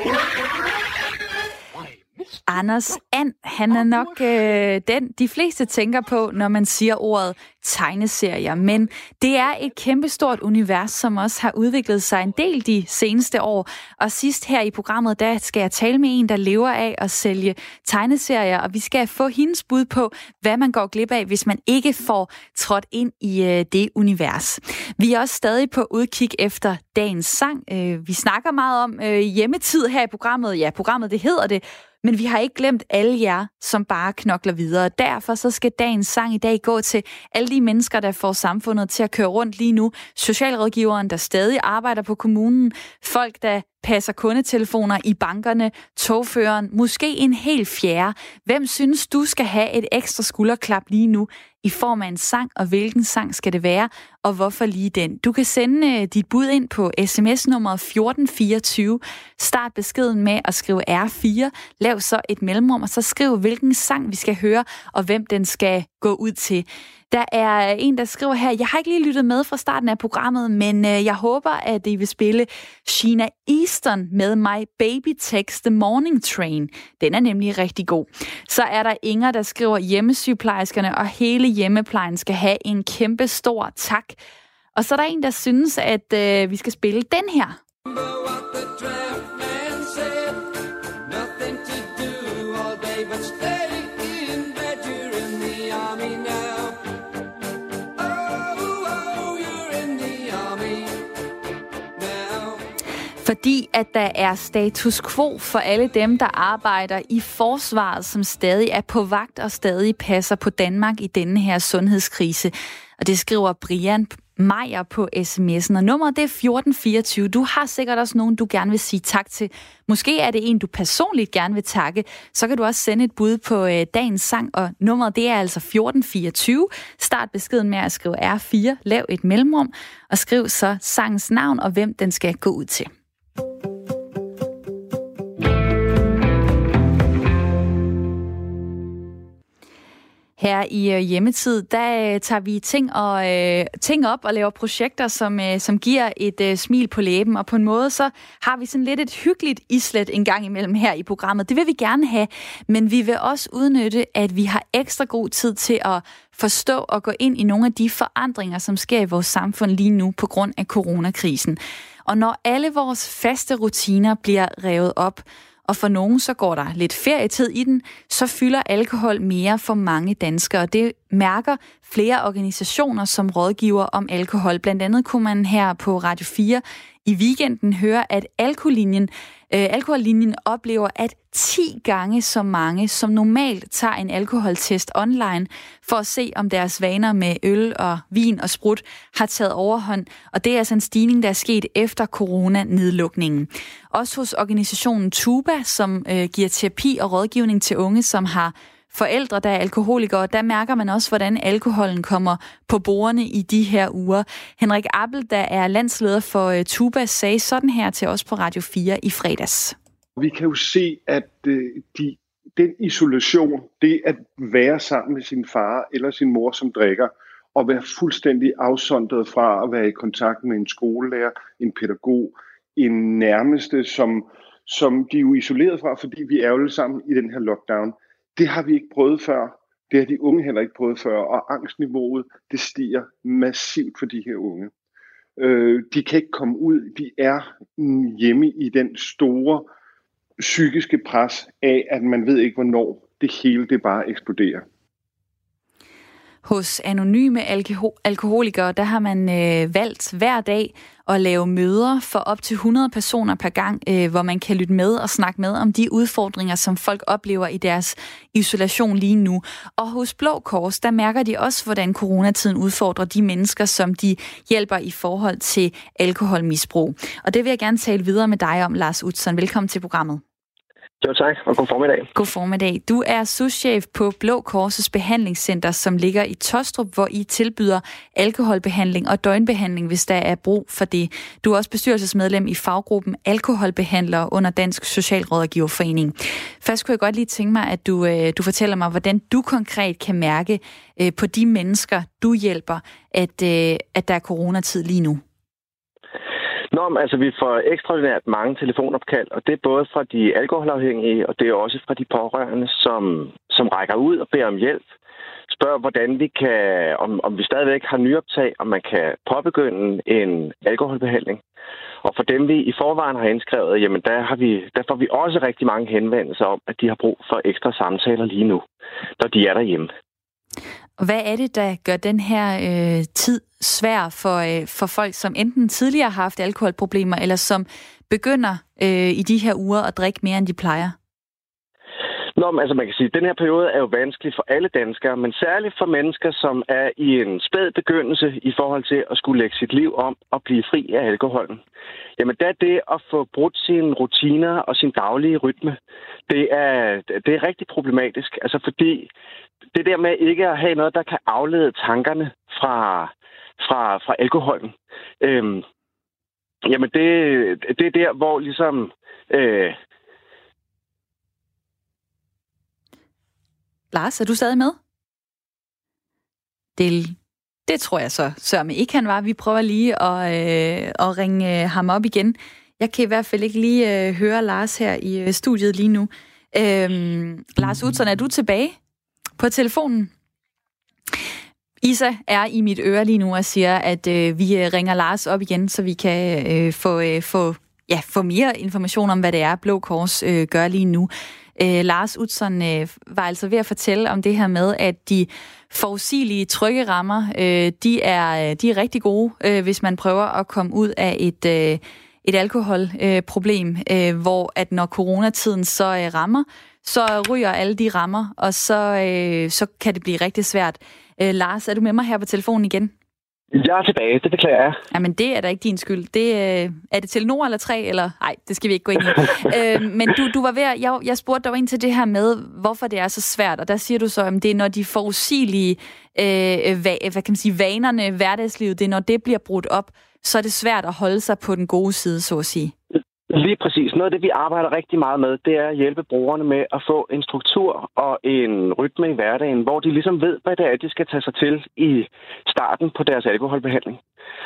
Anders And, han er nok den, de fleste tænker på, når man siger ordet tegneserier. Men det er et kæmpestort univers, som også har udviklet sig en del de seneste år. Og sidst her i programmet, der skal jeg tale med en, der lever af at sælge tegneserier. Og vi skal få hendes bud på, hvad man går glip af, hvis man ikke får trådt ind i det univers. Vi er også stadig på udkig efter dagens sang. Vi snakker meget om hjemmetid her i programmet. Ja, programmet det hedder det. Men vi har ikke glemt alle jer, som bare knokler videre. Derfor så skal dagens sang i dag gå til alle de mennesker, der får samfundet til at køre rundt lige nu. Socialrådgiveren, der stadig arbejder på kommunen. Folk, der passer kundetelefoner i bankerne. Togføreren. Måske en helt fjerde. Hvem synes du skal have et ekstra skulderklap lige nu i form af en sang, og hvilken sang skal det være, og hvorfor lige den? Du kan sende dit bud ind på sms-nummeret 1424. Start beskeden med at skrive R4. Lav så et mellemrum, og så skriv, hvilken sang vi skal høre, og hvem den skal gå ud til. Der er en, der skriver her, jeg har ikke lige lyttet med fra starten af programmet, men jeg håber, at I vil spille Sheena Easton med My Baby Takes the Morning Train. Den er nemlig rigtig god. Så er der Inger, der skriver, hjemmesygeplejerskerne og hele hjemmeplejen skal have en kæmpe stor tak. Og så er der en, der synes, at vi skal spille den her. Fordi at der er status quo for alle dem, der arbejder i forsvaret, som stadig er på vagt og stadig passer på Danmark i denne her sundhedskrise. Og det skriver Brian Meyer på sms'en, og nummeret det er 1424. Du har sikkert også nogen, du gerne vil sige tak til. Måske er det en, du personligt gerne vil takke. Så kan du også sende et bud på dagens sang, og nummeret det er altså 1424. Start beskeden med at skrive R4, lav et mellemrum, og skriv så sangens navn og hvem den skal gå ud til. Her i hjemmetid, der tager vi ting op og laver projekter, som giver et smil på læben. Og på en måde, så har vi sådan lidt et hyggeligt islet en gang imellem her i programmet. Det vil vi gerne have, men vi vil også udnytte, at vi har ekstra god tid til at forstå og gå ind i nogle af de forandringer, som sker i vores samfund lige nu på grund af coronakrisen. Og når alle vores faste rutiner bliver revet op, og for nogen så går der lidt ferietid i den, så fylder alkohol mere for mange danskere. Det mærker flere organisationer, som rådgiver om alkohol. Blandt andet kunne man her på Radio 4 i weekenden høre, at alkohollinjen oplever, at 10 gange så mange, som normalt tager en alkoholtest online, for at se, om deres vaner med øl og vin og sprut har taget overhånd. Og det er altså en stigning, der er sket efter coronanedlukningen. Også hos organisationen Tuba, som giver terapi og rådgivning til unge, som har forældre, der er alkoholikere, der mærker man også, hvordan alkoholen kommer på bordene i de her uger. Henrik Appel, der er landsleder for Tuba, sagde sådan her til os på Radio 4 i fredags. Vi kan jo se, at den isolation, det at være sammen med sin far eller sin mor, som drikker, og være fuldstændig afsondret fra at være i kontakt med en skolelærer, en pædagog, en nærmeste, som de er jo isoleret fra, fordi vi er jo sammen i den her lockdown. Det har vi ikke prøvet før. Det har de unge heller ikke prøvet før, og angstniveauet, det stiger massivt for de her unge. De kan ikke komme ud. De er hjemme i den store psykiske pres af, at man ved ikke, hvornår det hele det bare eksploderer. Hos Anonyme Alkoholikere, der har man valgt hver dag at lave møder for op til 100 personer per gang, hvor man kan lytte med og snakke med om de udfordringer, som folk oplever i deres isolation lige nu. Og hos Blå Kors, der mærker de også, hvordan coronatiden udfordrer de mennesker, som de hjælper i forhold til alkoholmisbrug. Og det vil jeg gerne tale videre med dig om, Lars Utzon. Velkommen til programmet. Jo, tak, og god formiddag. God formiddag. Du er souschef på Blå Kors' behandlingscenter, som ligger i Taastrup, hvor I tilbyder alkoholbehandling og døgnbehandling, hvis der er brug for det. Du er også bestyrelsesmedlem i faggruppen Alkoholbehandlere under Dansk Socialrådgiverforening. Først kunne jeg godt lige tænke mig, at du fortæller mig, hvordan du konkret kan mærke på de mennesker, du hjælper, at der er coronatid lige nu. Altså vi får ekstraordinært mange telefonopkald, og det er både fra de alkoholafhængige, og det er også fra de pårørende, som rækker ud og beder om hjælp. Spørger, hvordan vi kan, om vi stadigvæk har nyoptag, om man kan påbegynde en alkoholbehandling. Og for dem, vi i forvejen har indskrevet, jamen der får vi også rigtig mange henvendelser om, at de har brug for ekstra samtaler lige nu, når de er derhjemme. Og hvad er det, der gør den her tid svær for folk, som enten tidligere har haft alkoholproblemer, eller som begynder i de her uger at drikke mere, end de plejer? Altså man kan sige, at den her periode er jo vanskelig for alle danskere, men særligt for mennesker, som er i en spæd begyndelse i forhold til at skulle lægge sit liv om og blive fri af alkoholen. Jamen der er det at få brudt sine rutiner og sin daglige rytme, det er rigtig problematisk. Altså fordi det der med ikke at have noget, der kan aflede tankerne fra alkoholen, jamen det er der, hvor ligesom... Lars, er du stadig med? Det tror jeg så sørme ikke han var. Vi prøver lige at ringe ham op igen. Jeg kan i hvert fald ikke lige høre Lars her i studiet lige nu. Lars Utzon, er du tilbage på telefonen? Isa er i mit øre lige nu og siger, at vi ringer Lars op igen, så vi kan få mere information om, hvad det er, Blå Kors gør lige nu. Lars Utzon var altså ved at fortælle om det her med, at de forudsigelige trygge rammer, de er rigtig gode, hvis man prøver at komme ud af et alkoholproblem, hvor at når coronatiden så rammer, så ryger alle de rammer, og så kan det blive rigtig svært. Lars, er du med mig her på telefonen igen? Jeg er tilbage, det beklager jeg. Jamen, det er da ikke din skyld. Er det Telenor eller 3, eller? Nej, det skal vi ikke gå ind i. Men du var ved jeg spurgte dig ind til det her med, hvorfor det er så svært, og der siger du så, at det er, når de forudsigelige, vanerne, hverdagslivet, det er, når det bliver brudt op, så er det svært at holde sig på den gode side, så at sige. Lige præcis. Noget af det, vi arbejder rigtig meget med, det er at hjælpe brugerne med at få en struktur og en rytme i hverdagen, hvor de ligesom ved, hvad det er, de skal tage sig til i starten på deres alkoholbehandling.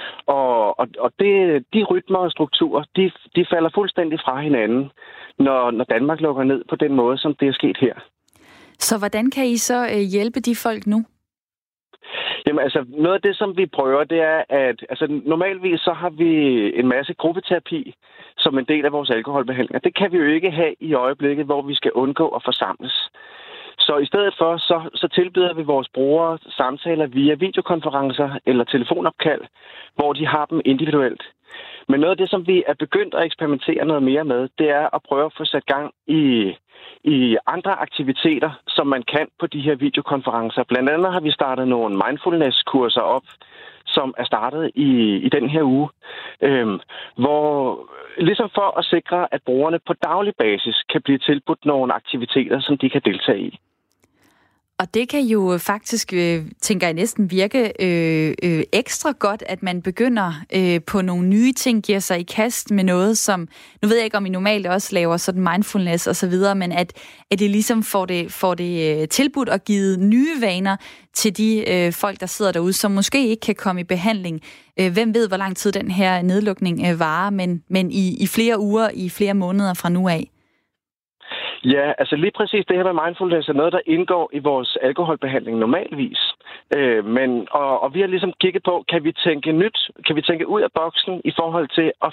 Og de rytmer og strukturer, de falder fuldstændig fra hinanden, når Danmark lukker ned på den måde, som det er sket her. Så hvordan kan I så hjælpe de folk nu? Jamen altså, noget af det, som vi prøver, det er, at normalvis så har vi en masse gruppeterapi som en del af vores alkoholbehandling. Det kan vi jo ikke have i øjeblikket, hvor vi skal undgå at forsamles. Så i stedet for, så tilbyder vi vores brugere samtaler via videokonferencer eller telefonopkald, hvor de har dem individuelt. Men noget af det, som vi er begyndt at eksperimentere noget mere med, det er at prøve at få sat gang i andre aktiviteter, som man kan på de her videokonferencer. Blandt andet har vi startet nogle mindfulness-kurser op, som er startet i den her uge, hvor ligesom for at sikre, at brugerne på daglig basis kan blive tilbudt nogle aktiviteter, som de kan deltage i. Og det kan jo faktisk, tænker jeg, næsten virke ekstra godt, at man begynder på nogle nye ting, giver sig i kast med noget, som, nu ved jeg ikke, om I normalt også laver sådan mindfulness og så videre, men at det ligesom får det tilbudt og givet nye vaner til de folk, der sidder derude, som måske ikke kan komme i behandling. Hvem ved, hvor lang tid den her nedlukning varer, men i flere uger, i flere måneder fra nu af. Ja, altså lige præcis det her med mindfulness er noget, der indgår i vores alkoholbehandling normalvis. Og vi har ligesom kigget på, kan vi tænke nyt, kan vi tænke ud af boksen i forhold til at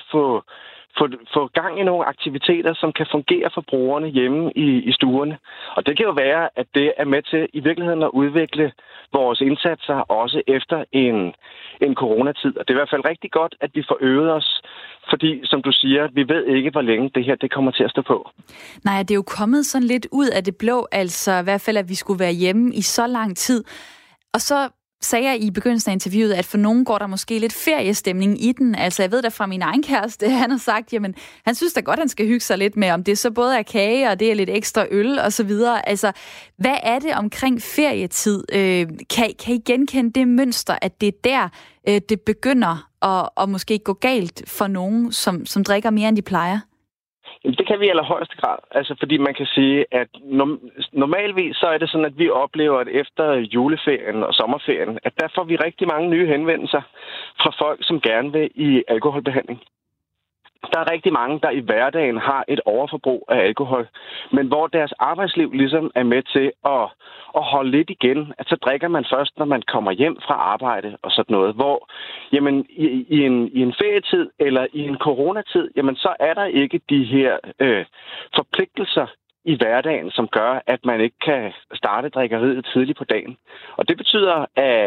få gang i nogle aktiviteter, som kan fungere for brugerne hjemme i stuerne. Og det kan jo være, at det er med til i virkeligheden at udvikle vores indsatser også efter en coronatid. Og det er i hvert fald rigtig godt, at vi får øvet os, fordi, som du siger, vi ved ikke, hvor længe det her det kommer til at stå på. Nej, det er jo kommet sådan lidt ud af det blå, altså i hvert fald, at vi skulle være hjemme i så lang tid. Og så sagde jeg i begyndelsen af interviewet, at for nogen går der måske lidt feriestemning i den. Altså, jeg ved da fra min egen kæreste, han har sagt, jamen, han synes da godt, han skal hygge sig lidt med, om det så både er kage, og det er lidt ekstra øl, og så videre. Altså, hvad er det omkring ferietid? Kan I genkende det mønster, at det er der, det begynder at måske gå galt for nogen, som drikker mere, end de plejer? Jamen, det kan vi i allerhøjeste grad. Altså, fordi man kan sige, at normalvis så er det sådan, at vi oplever, at efter juleferien og sommerferien, at der får vi rigtig mange nye henvendelser fra folk, som gerne vil i alkoholbehandling. Der er rigtig mange, der i hverdagen har et overforbrug af alkohol, men hvor deres arbejdsliv ligesom er med til at holde lidt igen. At så drikker man først, når man kommer hjem fra arbejde og sådan noget. Hvor jamen, i en ferietid eller i en coronatid, jamen, så er der ikke de her forpligtelser i hverdagen, som gør, at man ikke kan starte drikkeriet tidligt på dagen. Og det betyder,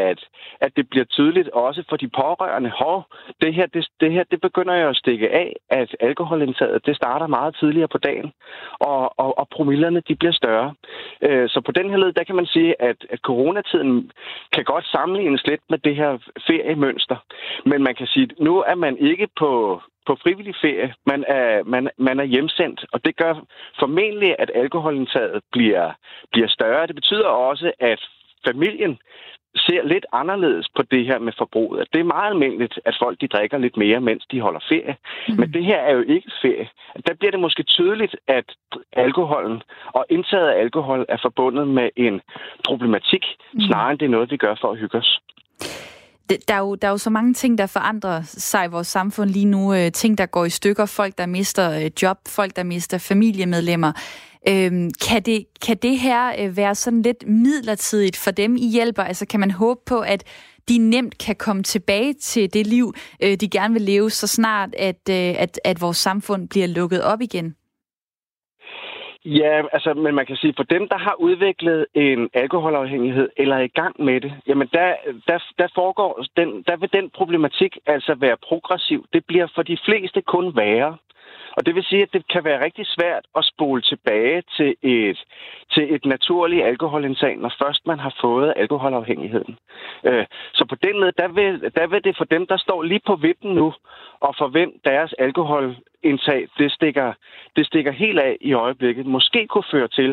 at det bliver tydeligt også for de pårørende. Det her begynder jo at stikke af, at alkoholindtaget, det starter meget tidligere på dagen, og promillerne, de bliver større. Så på den her led, der kan man sige, at coronatiden kan godt sammenlignes lidt med det her feriemønster. Men man kan sige, at nu er man ikke på frivillig ferie. Man er hjemsendt, og det gør formentlig, at alkoholindtaget bliver større. Det betyder også, at familien ser lidt anderledes på det her med forbruget. Det er meget almindeligt, at folk de drikker lidt mere, mens de holder ferie. Men det her er jo ikke ferie. Der bliver det måske tydeligt, at alkoholen og indtaget af alkohol er forbundet med en problematik, snarere end det er noget, vi gør for at hygge os. Der er jo så mange ting, der forandrer sig i vores samfund lige nu. Ting, der går i stykker. Folk, der mister job. Folk, der mister familiemedlemmer. Kan det her være sådan lidt midlertidigt for dem, I hjælper? Altså kan man håbe på, at de nemt kan komme tilbage til det liv, de gerne vil leve, så snart at vores samfund bliver lukket op igen? Ja, altså, men man kan sige, for dem, der har udviklet en alkoholafhængighed eller er i gang med det, jamen der vil den problematik altså være progressiv. Det bliver for de fleste kun værre. Og det vil sige, at det kan være rigtig svært at spole tilbage til et naturligt alkoholindtag, når først man har fået alkoholafhængigheden. Så på den måde, der vil det for dem, der står lige på vippen nu, og for hvem deres alkoholindtag, det stikker helt af i øjeblikket, måske kunne føre til,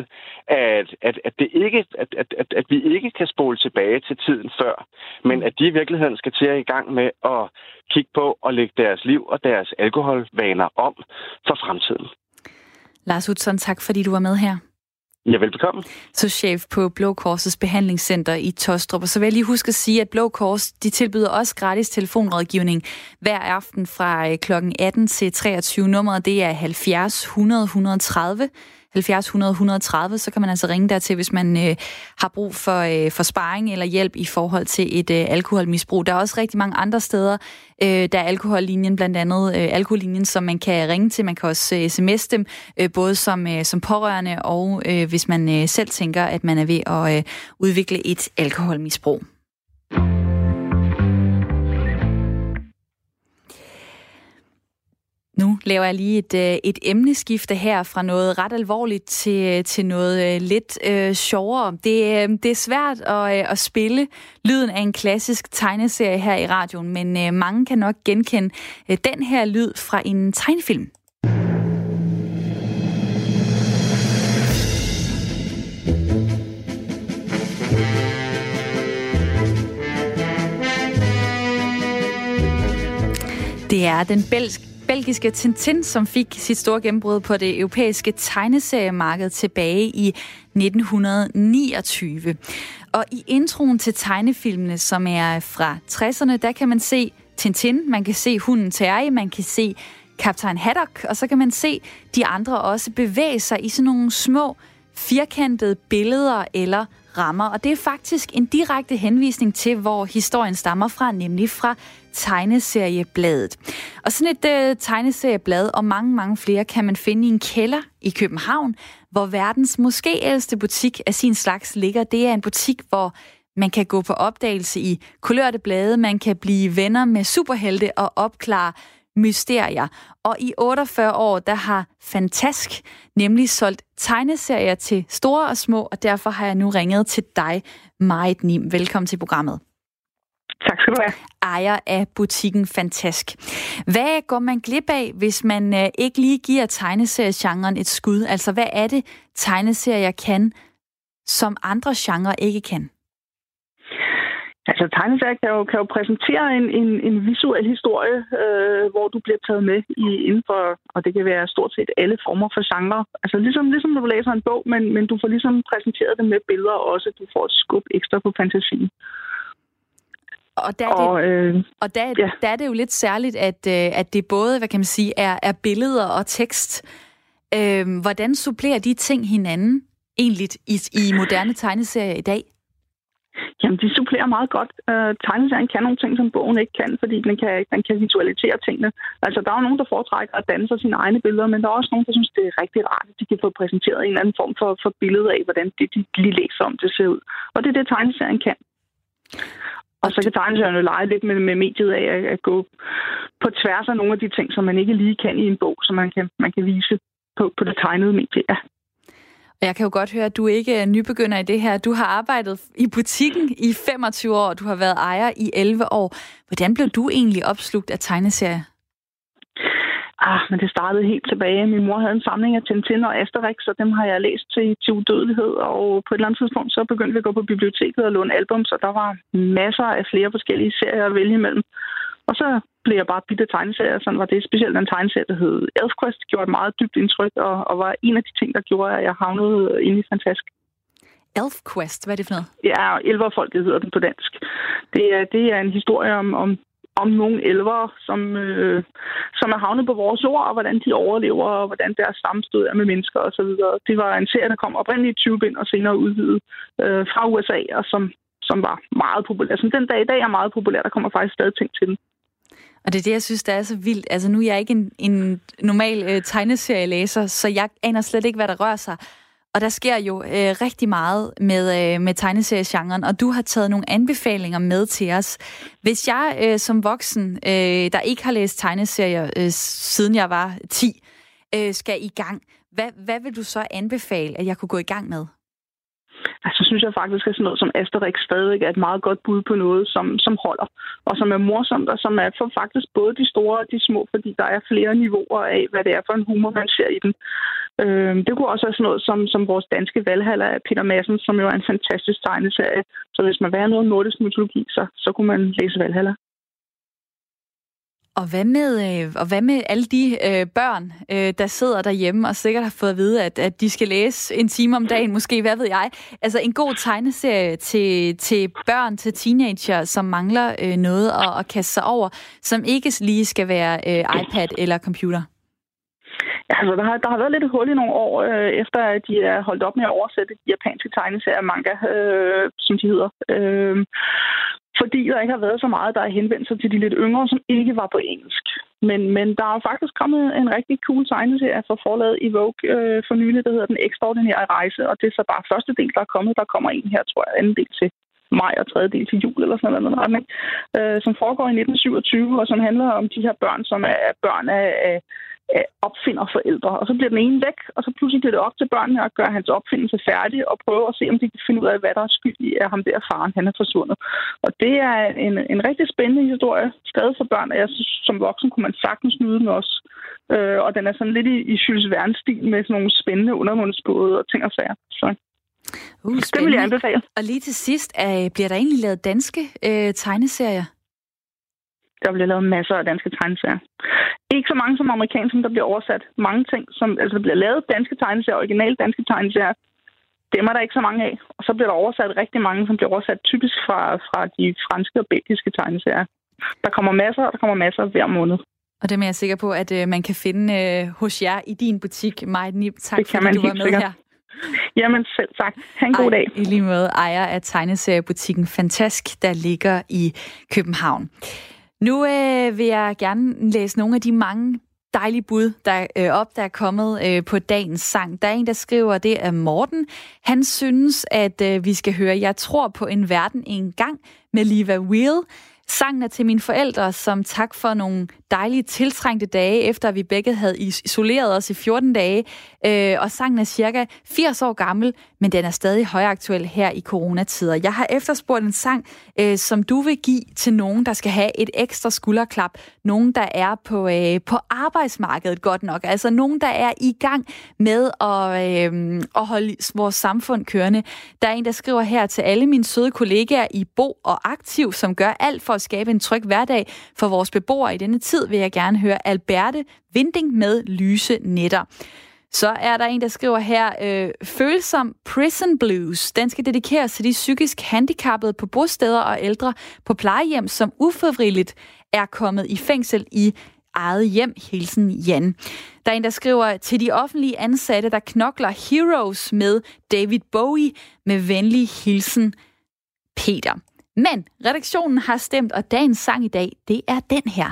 at vi ikke kan spole tilbage til tiden før, men at de i virkeligheden skal til at i gang med at kigge på og lægge deres liv og deres alkoholvaner om for fremtiden. Lars Utzon, tak fordi du var med her. Ja, velbekomme. Souschef på Blå Kors' behandlingscenter i Taastrup. Og så vil jeg lige huske at sige, at Blå Kors de tilbyder også gratis telefonrådgivning hver aften fra kl. 18 til 23. Nummeret det er 70 100 130. 70 100 130, så kan man altså ringe dertil, hvis man har brug for sparring eller hjælp i forhold til et alkoholmisbrug. Der er også rigtig mange andre steder. Der er alkohollinjen, blandt andet alkohollinjen, som man kan ringe til. Man kan også sms dem, både som pårørende og hvis man selv tænker, at man er ved at udvikle et alkoholmisbrug. Nu laver jeg lige et emneskifte her fra noget ret alvorligt til noget lidt sjovere. Det er svært at spille lyden af en klassisk tegneserie her i radioen, men mange kan nok genkende den her lyd fra en tegnefilm. Det er den belgiske Tintin, som fik sit store gennembrud på det europæiske tegneseriemarked tilbage i 1929. Og i introen til tegnefilmene, som er fra 60'erne, der kan man se Tintin, man kan se hunden Terje, man kan se Kaptajn Haddock, og så kan man se de andre også bevæge sig i sådan nogle små firkantede billeder eller rammer. Og det er faktisk en direkte henvisning til, hvor historien stammer fra, nemlig fra tegneseriebladet. Og sådan et tegneserieblad og mange flere kan man finde i en kælder i København, hvor verdens måske ældste butik af sin slags ligger. Det er en butik, hvor man kan gå på opdagelse i kulørte blade, man kan blive venner med superhelte og opklare mysterier. Og i 48 år, der har Fantask nemlig solgt tegneserier til store og små, og derfor har jeg nu ringet til dig, Marit Nim. Velkommen til programmet. Tak skal du have. Ejer af butikken Fantask. Hvad går man glip af, hvis man ikke lige giver tegneseriegenren et skud? Altså, hvad er det, tegneserier kan, som andre genrer ikke kan? Altså, tegneserier kan jo præsentere en visuel historie, hvor du bliver taget med inden for, og det kan være stort set alle former for genre. Altså, ligesom når du læser en bog, men du får ligesom præsenteret det med billeder også. Du får et skub ekstra på fantasien. Og der er det jo lidt særligt, at det både, hvad kan man sige, er billeder og tekst. Hvordan supplerer de ting hinanden egentlig i moderne tegneserier i dag? Jamen, de supplerer meget godt. Tegneserien kan nogle ting, som bogen ikke kan, fordi den kan visualisere tingene. Altså, der er jo nogen, der foretrækker at danne sig sine egne billeder, men der er også nogen, der synes, det er rigtig rart, at de kan få præsenteret en eller anden form for billede af, hvordan det, de lige læser om, det ser ud. Og det er det, tegneserien kan. Og så kan tegneserien jo lege lidt med mediet af at gå på tværs af nogle af de ting, som man ikke lige kan i en bog, som man kan vise på det tegnede medie. Ja. Og jeg kan jo godt høre, at du ikke er nybegynder i det her. Du har arbejdet i butikken i 25 år, og du har været ejer i 11 år. Hvordan blev du egentlig opslugt af tegneserier? Men det startede helt tilbage. Min mor havde en samling af Tintin og Asterix, og dem har jeg læst til udødelighed. Og på et eller andet tidspunkt, så begyndte vi at gå på biblioteket og låne album, så der var masser af flere forskellige serier at vælge imellem. Og så blev jeg bare bidt af tegneserier. Sådan var det. Specielt en tegneserie, der hed ElfQuest, gjorde et meget dybt indtryk, og var en af de ting, der gjorde, at jeg havnede inde i Fantask. ElfQuest, hvad er det for noget? Ja, Elverfolket hedder den på dansk. Det er en historie om nogle elvere, som er havnet på vores jord, og hvordan de overlever, og hvordan deres sammenstød er med mennesker osv. Det var en serie, der kom oprindeligt i 20 bind og senere udvidet fra USA, og som var meget populær. Som den dag i dag er meget populær, der kommer faktisk stadig ting til den. Og det er det, jeg synes, der er så vildt. Altså nu er jeg ikke en normal tegneserielæser, så jeg aner slet ikke, hvad der rører sig. Og der sker jo rigtig meget med tegneseriegenren, og du har taget nogle anbefalinger med til os. Hvis jeg som voksen, der ikke har læst tegneserier siden jeg var 10, skal i gang, hvad vil du så anbefale, at jeg kunne gå i gang med? Altså, synes jeg faktisk, at sådan noget som Asterix stadig er et meget godt bud på noget, som holder, og som er morsomt, og som er for faktisk både de store og de små, fordi der er flere niveauer af, hvad det er for en humor, man ser i den. Det kunne også være sådan noget som vores danske Valhalla af Peter Madsen, som jo er en fantastisk tegneserie. Så hvis man vil have noget nordisk mytologi, så kunne man læse Valhalla. Og hvad med alle de børn, der sidder derhjemme og sikkert har fået at vide, at de skal læse en time om dagen, måske, hvad ved jeg. Altså en god tegneserie til børn, til teenager, som mangler noget at kaste sig over, som ikke lige skal være iPad eller computer. Ja, altså, der har været lidt hul i nogle år, efter at de er holdt op med at oversætte de japanske tegneserier manga, som de hedder. Fordi der ikke har været så meget, der er henvendt sig til de lidt yngre, som ikke var på engelsk. Men der er faktisk kommet en rigtig cool tegneserie fra forlaget Evoke for nylig, der hedder Den Ekstraordinære Rejse, og det er så bare første del, der er kommet. Der kommer en her, tror jeg, anden del til maj og tredje del til jul, eller sådan noget retning, som foregår i 1927, og som handler om de her børn, som er børn af opfinderforældre. Og så bliver den ene væk, og så pludselig bliver det op til børnene at gøre hans opfindelse færdig, og prøve at se, om de kan finde ud af, hvad der er skyld i, at ham der faren, han er forsvundet. Og det er en rigtig spændende historie, skrevet for børn, og jeg synes, som voksen kunne man sagtens nyde den også. Og den er sådan lidt i Jules Verne-stil med sådan nogle spændende undermundsbåde og ting og sager. Så det vil jeg anbefale. Og lige til sidst, bliver der egentlig lavet danske tegneserier? Der bliver lavet masser af danske tegneserier. Ikke så mange som amerikanske, som der bliver oversat. Mange ting, som der bliver lavet danske tegneserier, originale danske tegneserier, dem er der ikke så mange af. Og så bliver der oversat rigtig mange, som bliver oversat typisk fra de franske og belgiske tegneserier. Der kommer masser hver måned. Og dem er jeg sikker på, at man kan finde hos jer i din butik. Maja Nip, tak fordi du var med her. Jamen selv tak. Ha' en god dag. I lige måde ejer af tegneseriebutikken Fantask, der ligger i København. Nu vil jeg gerne læse nogle af de mange dejlige bud, der er kommet på dagens sang. Der er en, der skriver, det er Morten. Han synes, at vi skal høre Jeg tror på en verden en gang med Liva Wheel. Sangen er til mine forældre, som tak for nogle dejlige tiltrængte dage, efter vi begge havde isoleret os i 14 dage. Og sangen er cirka 80 år gammel, men den er stadig højaktuel her i coronatider. Jeg har efterspurgt en sang, som du vil give til nogen, der skal have et ekstra skulderklap. Nogen, der er på arbejdsmarkedet godt nok. Altså nogen, der er i gang med at holde vores samfund kørende. Der er en, der skriver her til alle mine søde kollegaer i Bo og Aktiv, som gør alt for at skabe en tryg hverdag for vores beboere i denne tid, vil jeg gerne høre Alberte Vinding med Lyse Nætter. Så er der en, der skriver her, følsom Prison Blues. Den skal dedikeres til de psykisk handicappede på bosteder og ældre på plejehjem, som uforvrigeligt er kommet i fængsel i eget hjem. Hilsen Jan. Der er en, der skriver til de offentlige ansatte, der knokler Heroes med David Bowie med venlig hilsen Peter. Men redaktionen har stemt, og dagens sang i dag, det er den her.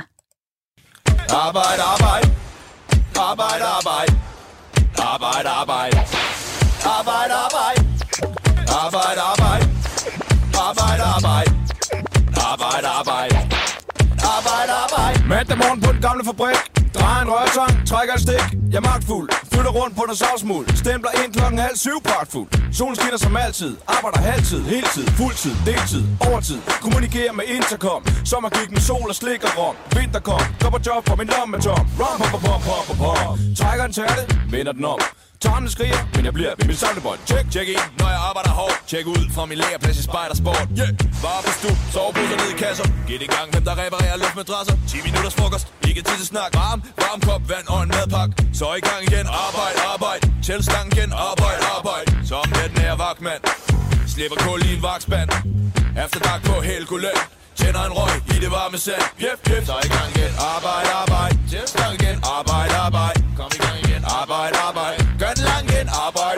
Arbejde, arbejde. Arbejde, arbejde. Arbejde, arbejde. Arbejde, arbejde. Arbejde, arbejde. Arbejde, arbejde. Arbejde, arbejde. Arbejde, arbejde. Mandag morgen på den gamle fabrik. Drejer en rørtang, trækker et stik. Jeg er magtfuld, flytter rundt på noget sovsmuld. Stempler ind 6:30, pragtfuld. Solen skinner som altid, arbejder halvtid, heltid, fuldtid, deltid, overtid. Kommunikerer med intercom, sommergik med sol og slik og rom. Vinter kom, går på job for min lomme tom. Rom, pom, pom, pom, pom, pom. Trækker en tærte, vender den om. Tarmen skriger, men jeg bliver ved mit samlebånd. Check ind, når jeg arbejder hårdt. Check ud fra min lagerplads i Spejdersport. Bare på stup, soveposer ned i kasser. Giv i gang, hvem der reparerer luftmadrasser. 10 minutters frokost, ikke tid til snak. Varm kop vand og en madpakke. Så i gang igen, arbejde. Tæl stangen igen, arbejde. Som den her vagtmand. Slipper kul i en vagtspand. Efterdag på Helgoland. Tænder en røg i det varme sand. Så i gang igen, arbejde. Tæl stangen igen, arbejde. Kom i gang igen, arbejde. Gør den lang igen, arbejde.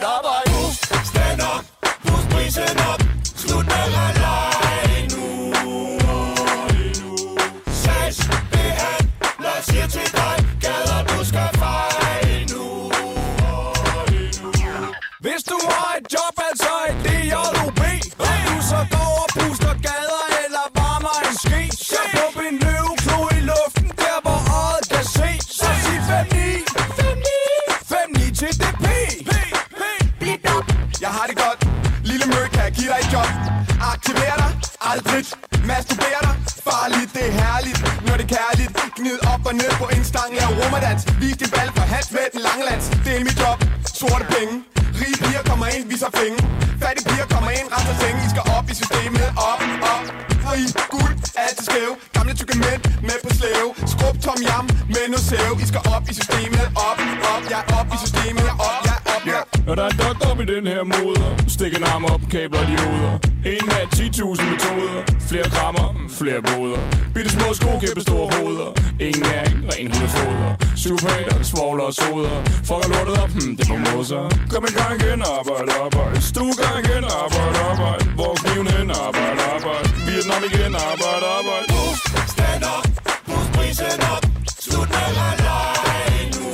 Stand up, pust prisen op. Slut med lalej nu. Sags behandler siger til dig, gader du skal fejle nu. Hvis du har et job, altså et DJOB, og du så går og puster gader eller varmer en ski, så på en løveklo i luften, der hvor øjet kan se, så sig 5-9 til DP. Jeg har det godt, lille møg kan give dig et job. Aktiver dig, aldrig, masturber dig. Farligt, det er herligt, når det er kærligt. Gnid op og ned på en stang, lav rummerdans. Vis din bal for hat med den lange lands. Det er mit job, sorte penge. Rige piger kommer ind, viser fingre. Fattige piger kommer ind, rester senge. I skal op i systemet, op. Fri, guld, altid skæv. Gamle tykke mænd med på slæve. Skrub tom jam med noget sæv. I skal op i systemet, op. Jeg er op i systemet, jeg er op. Og der er en doktor op i den her moder. Stik en arm op, kabler de hoveder. En af 10.000 metoder. Flere krammer, flere boder. Bitte små sko, kæmpe store hoveder. Ingen næring, ren hundefoder. Psykopater, svogler og soder. Fucker lortet op, det må moser. Kom i gang igen, arbejde. Stue gang igen, arbejde. Hvor kniven hen, arbejde. Vietnam igen, arbejde. Pust, stand up, pust prisen op. Slut med lalej nu.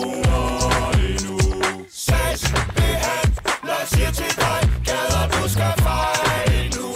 Sags behandler siger til dig, gader du skal fejle nu.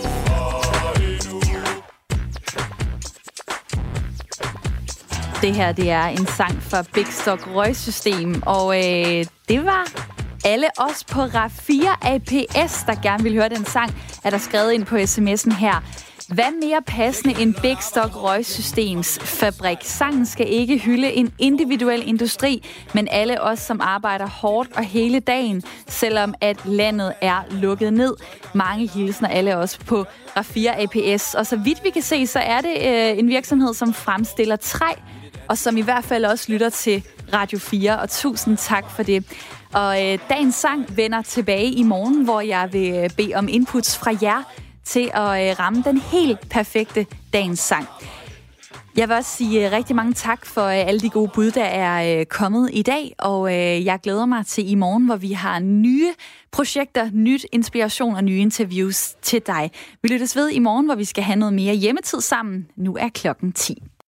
Det her, det er en sang fra Big Stock Røgsystem, og det var alle os på RAF4 APS, der gerne vil høre den sang, er der skrevet ind på sms'en her. Hvad mere passende end Big Stock Røgsystems fabrik? Sangen skal ikke hylde en individuel industri, men alle os, som arbejder hårdt og hele dagen, selvom at landet er lukket ned. Mange hilsner alle os på RAFIA APS. Og så vidt vi kan se, så er det en virksomhed, som fremstiller træ, og som i hvert fald også lytter til Radio 4. Og tusind tak for det. Og dagens sang vender tilbage i morgen, hvor jeg vil bede om inputs fra jer til at ramme den helt perfekte dagens sang. Jeg vil også sige rigtig mange tak for alle de gode bud, der er kommet i dag, og jeg glæder mig til i morgen, hvor vi har nye projekter, nyt inspiration og nye interviews til dig. Vi lyttes ved i morgen, hvor vi skal have noget mere hjemmetid sammen. Nu er klokken 10.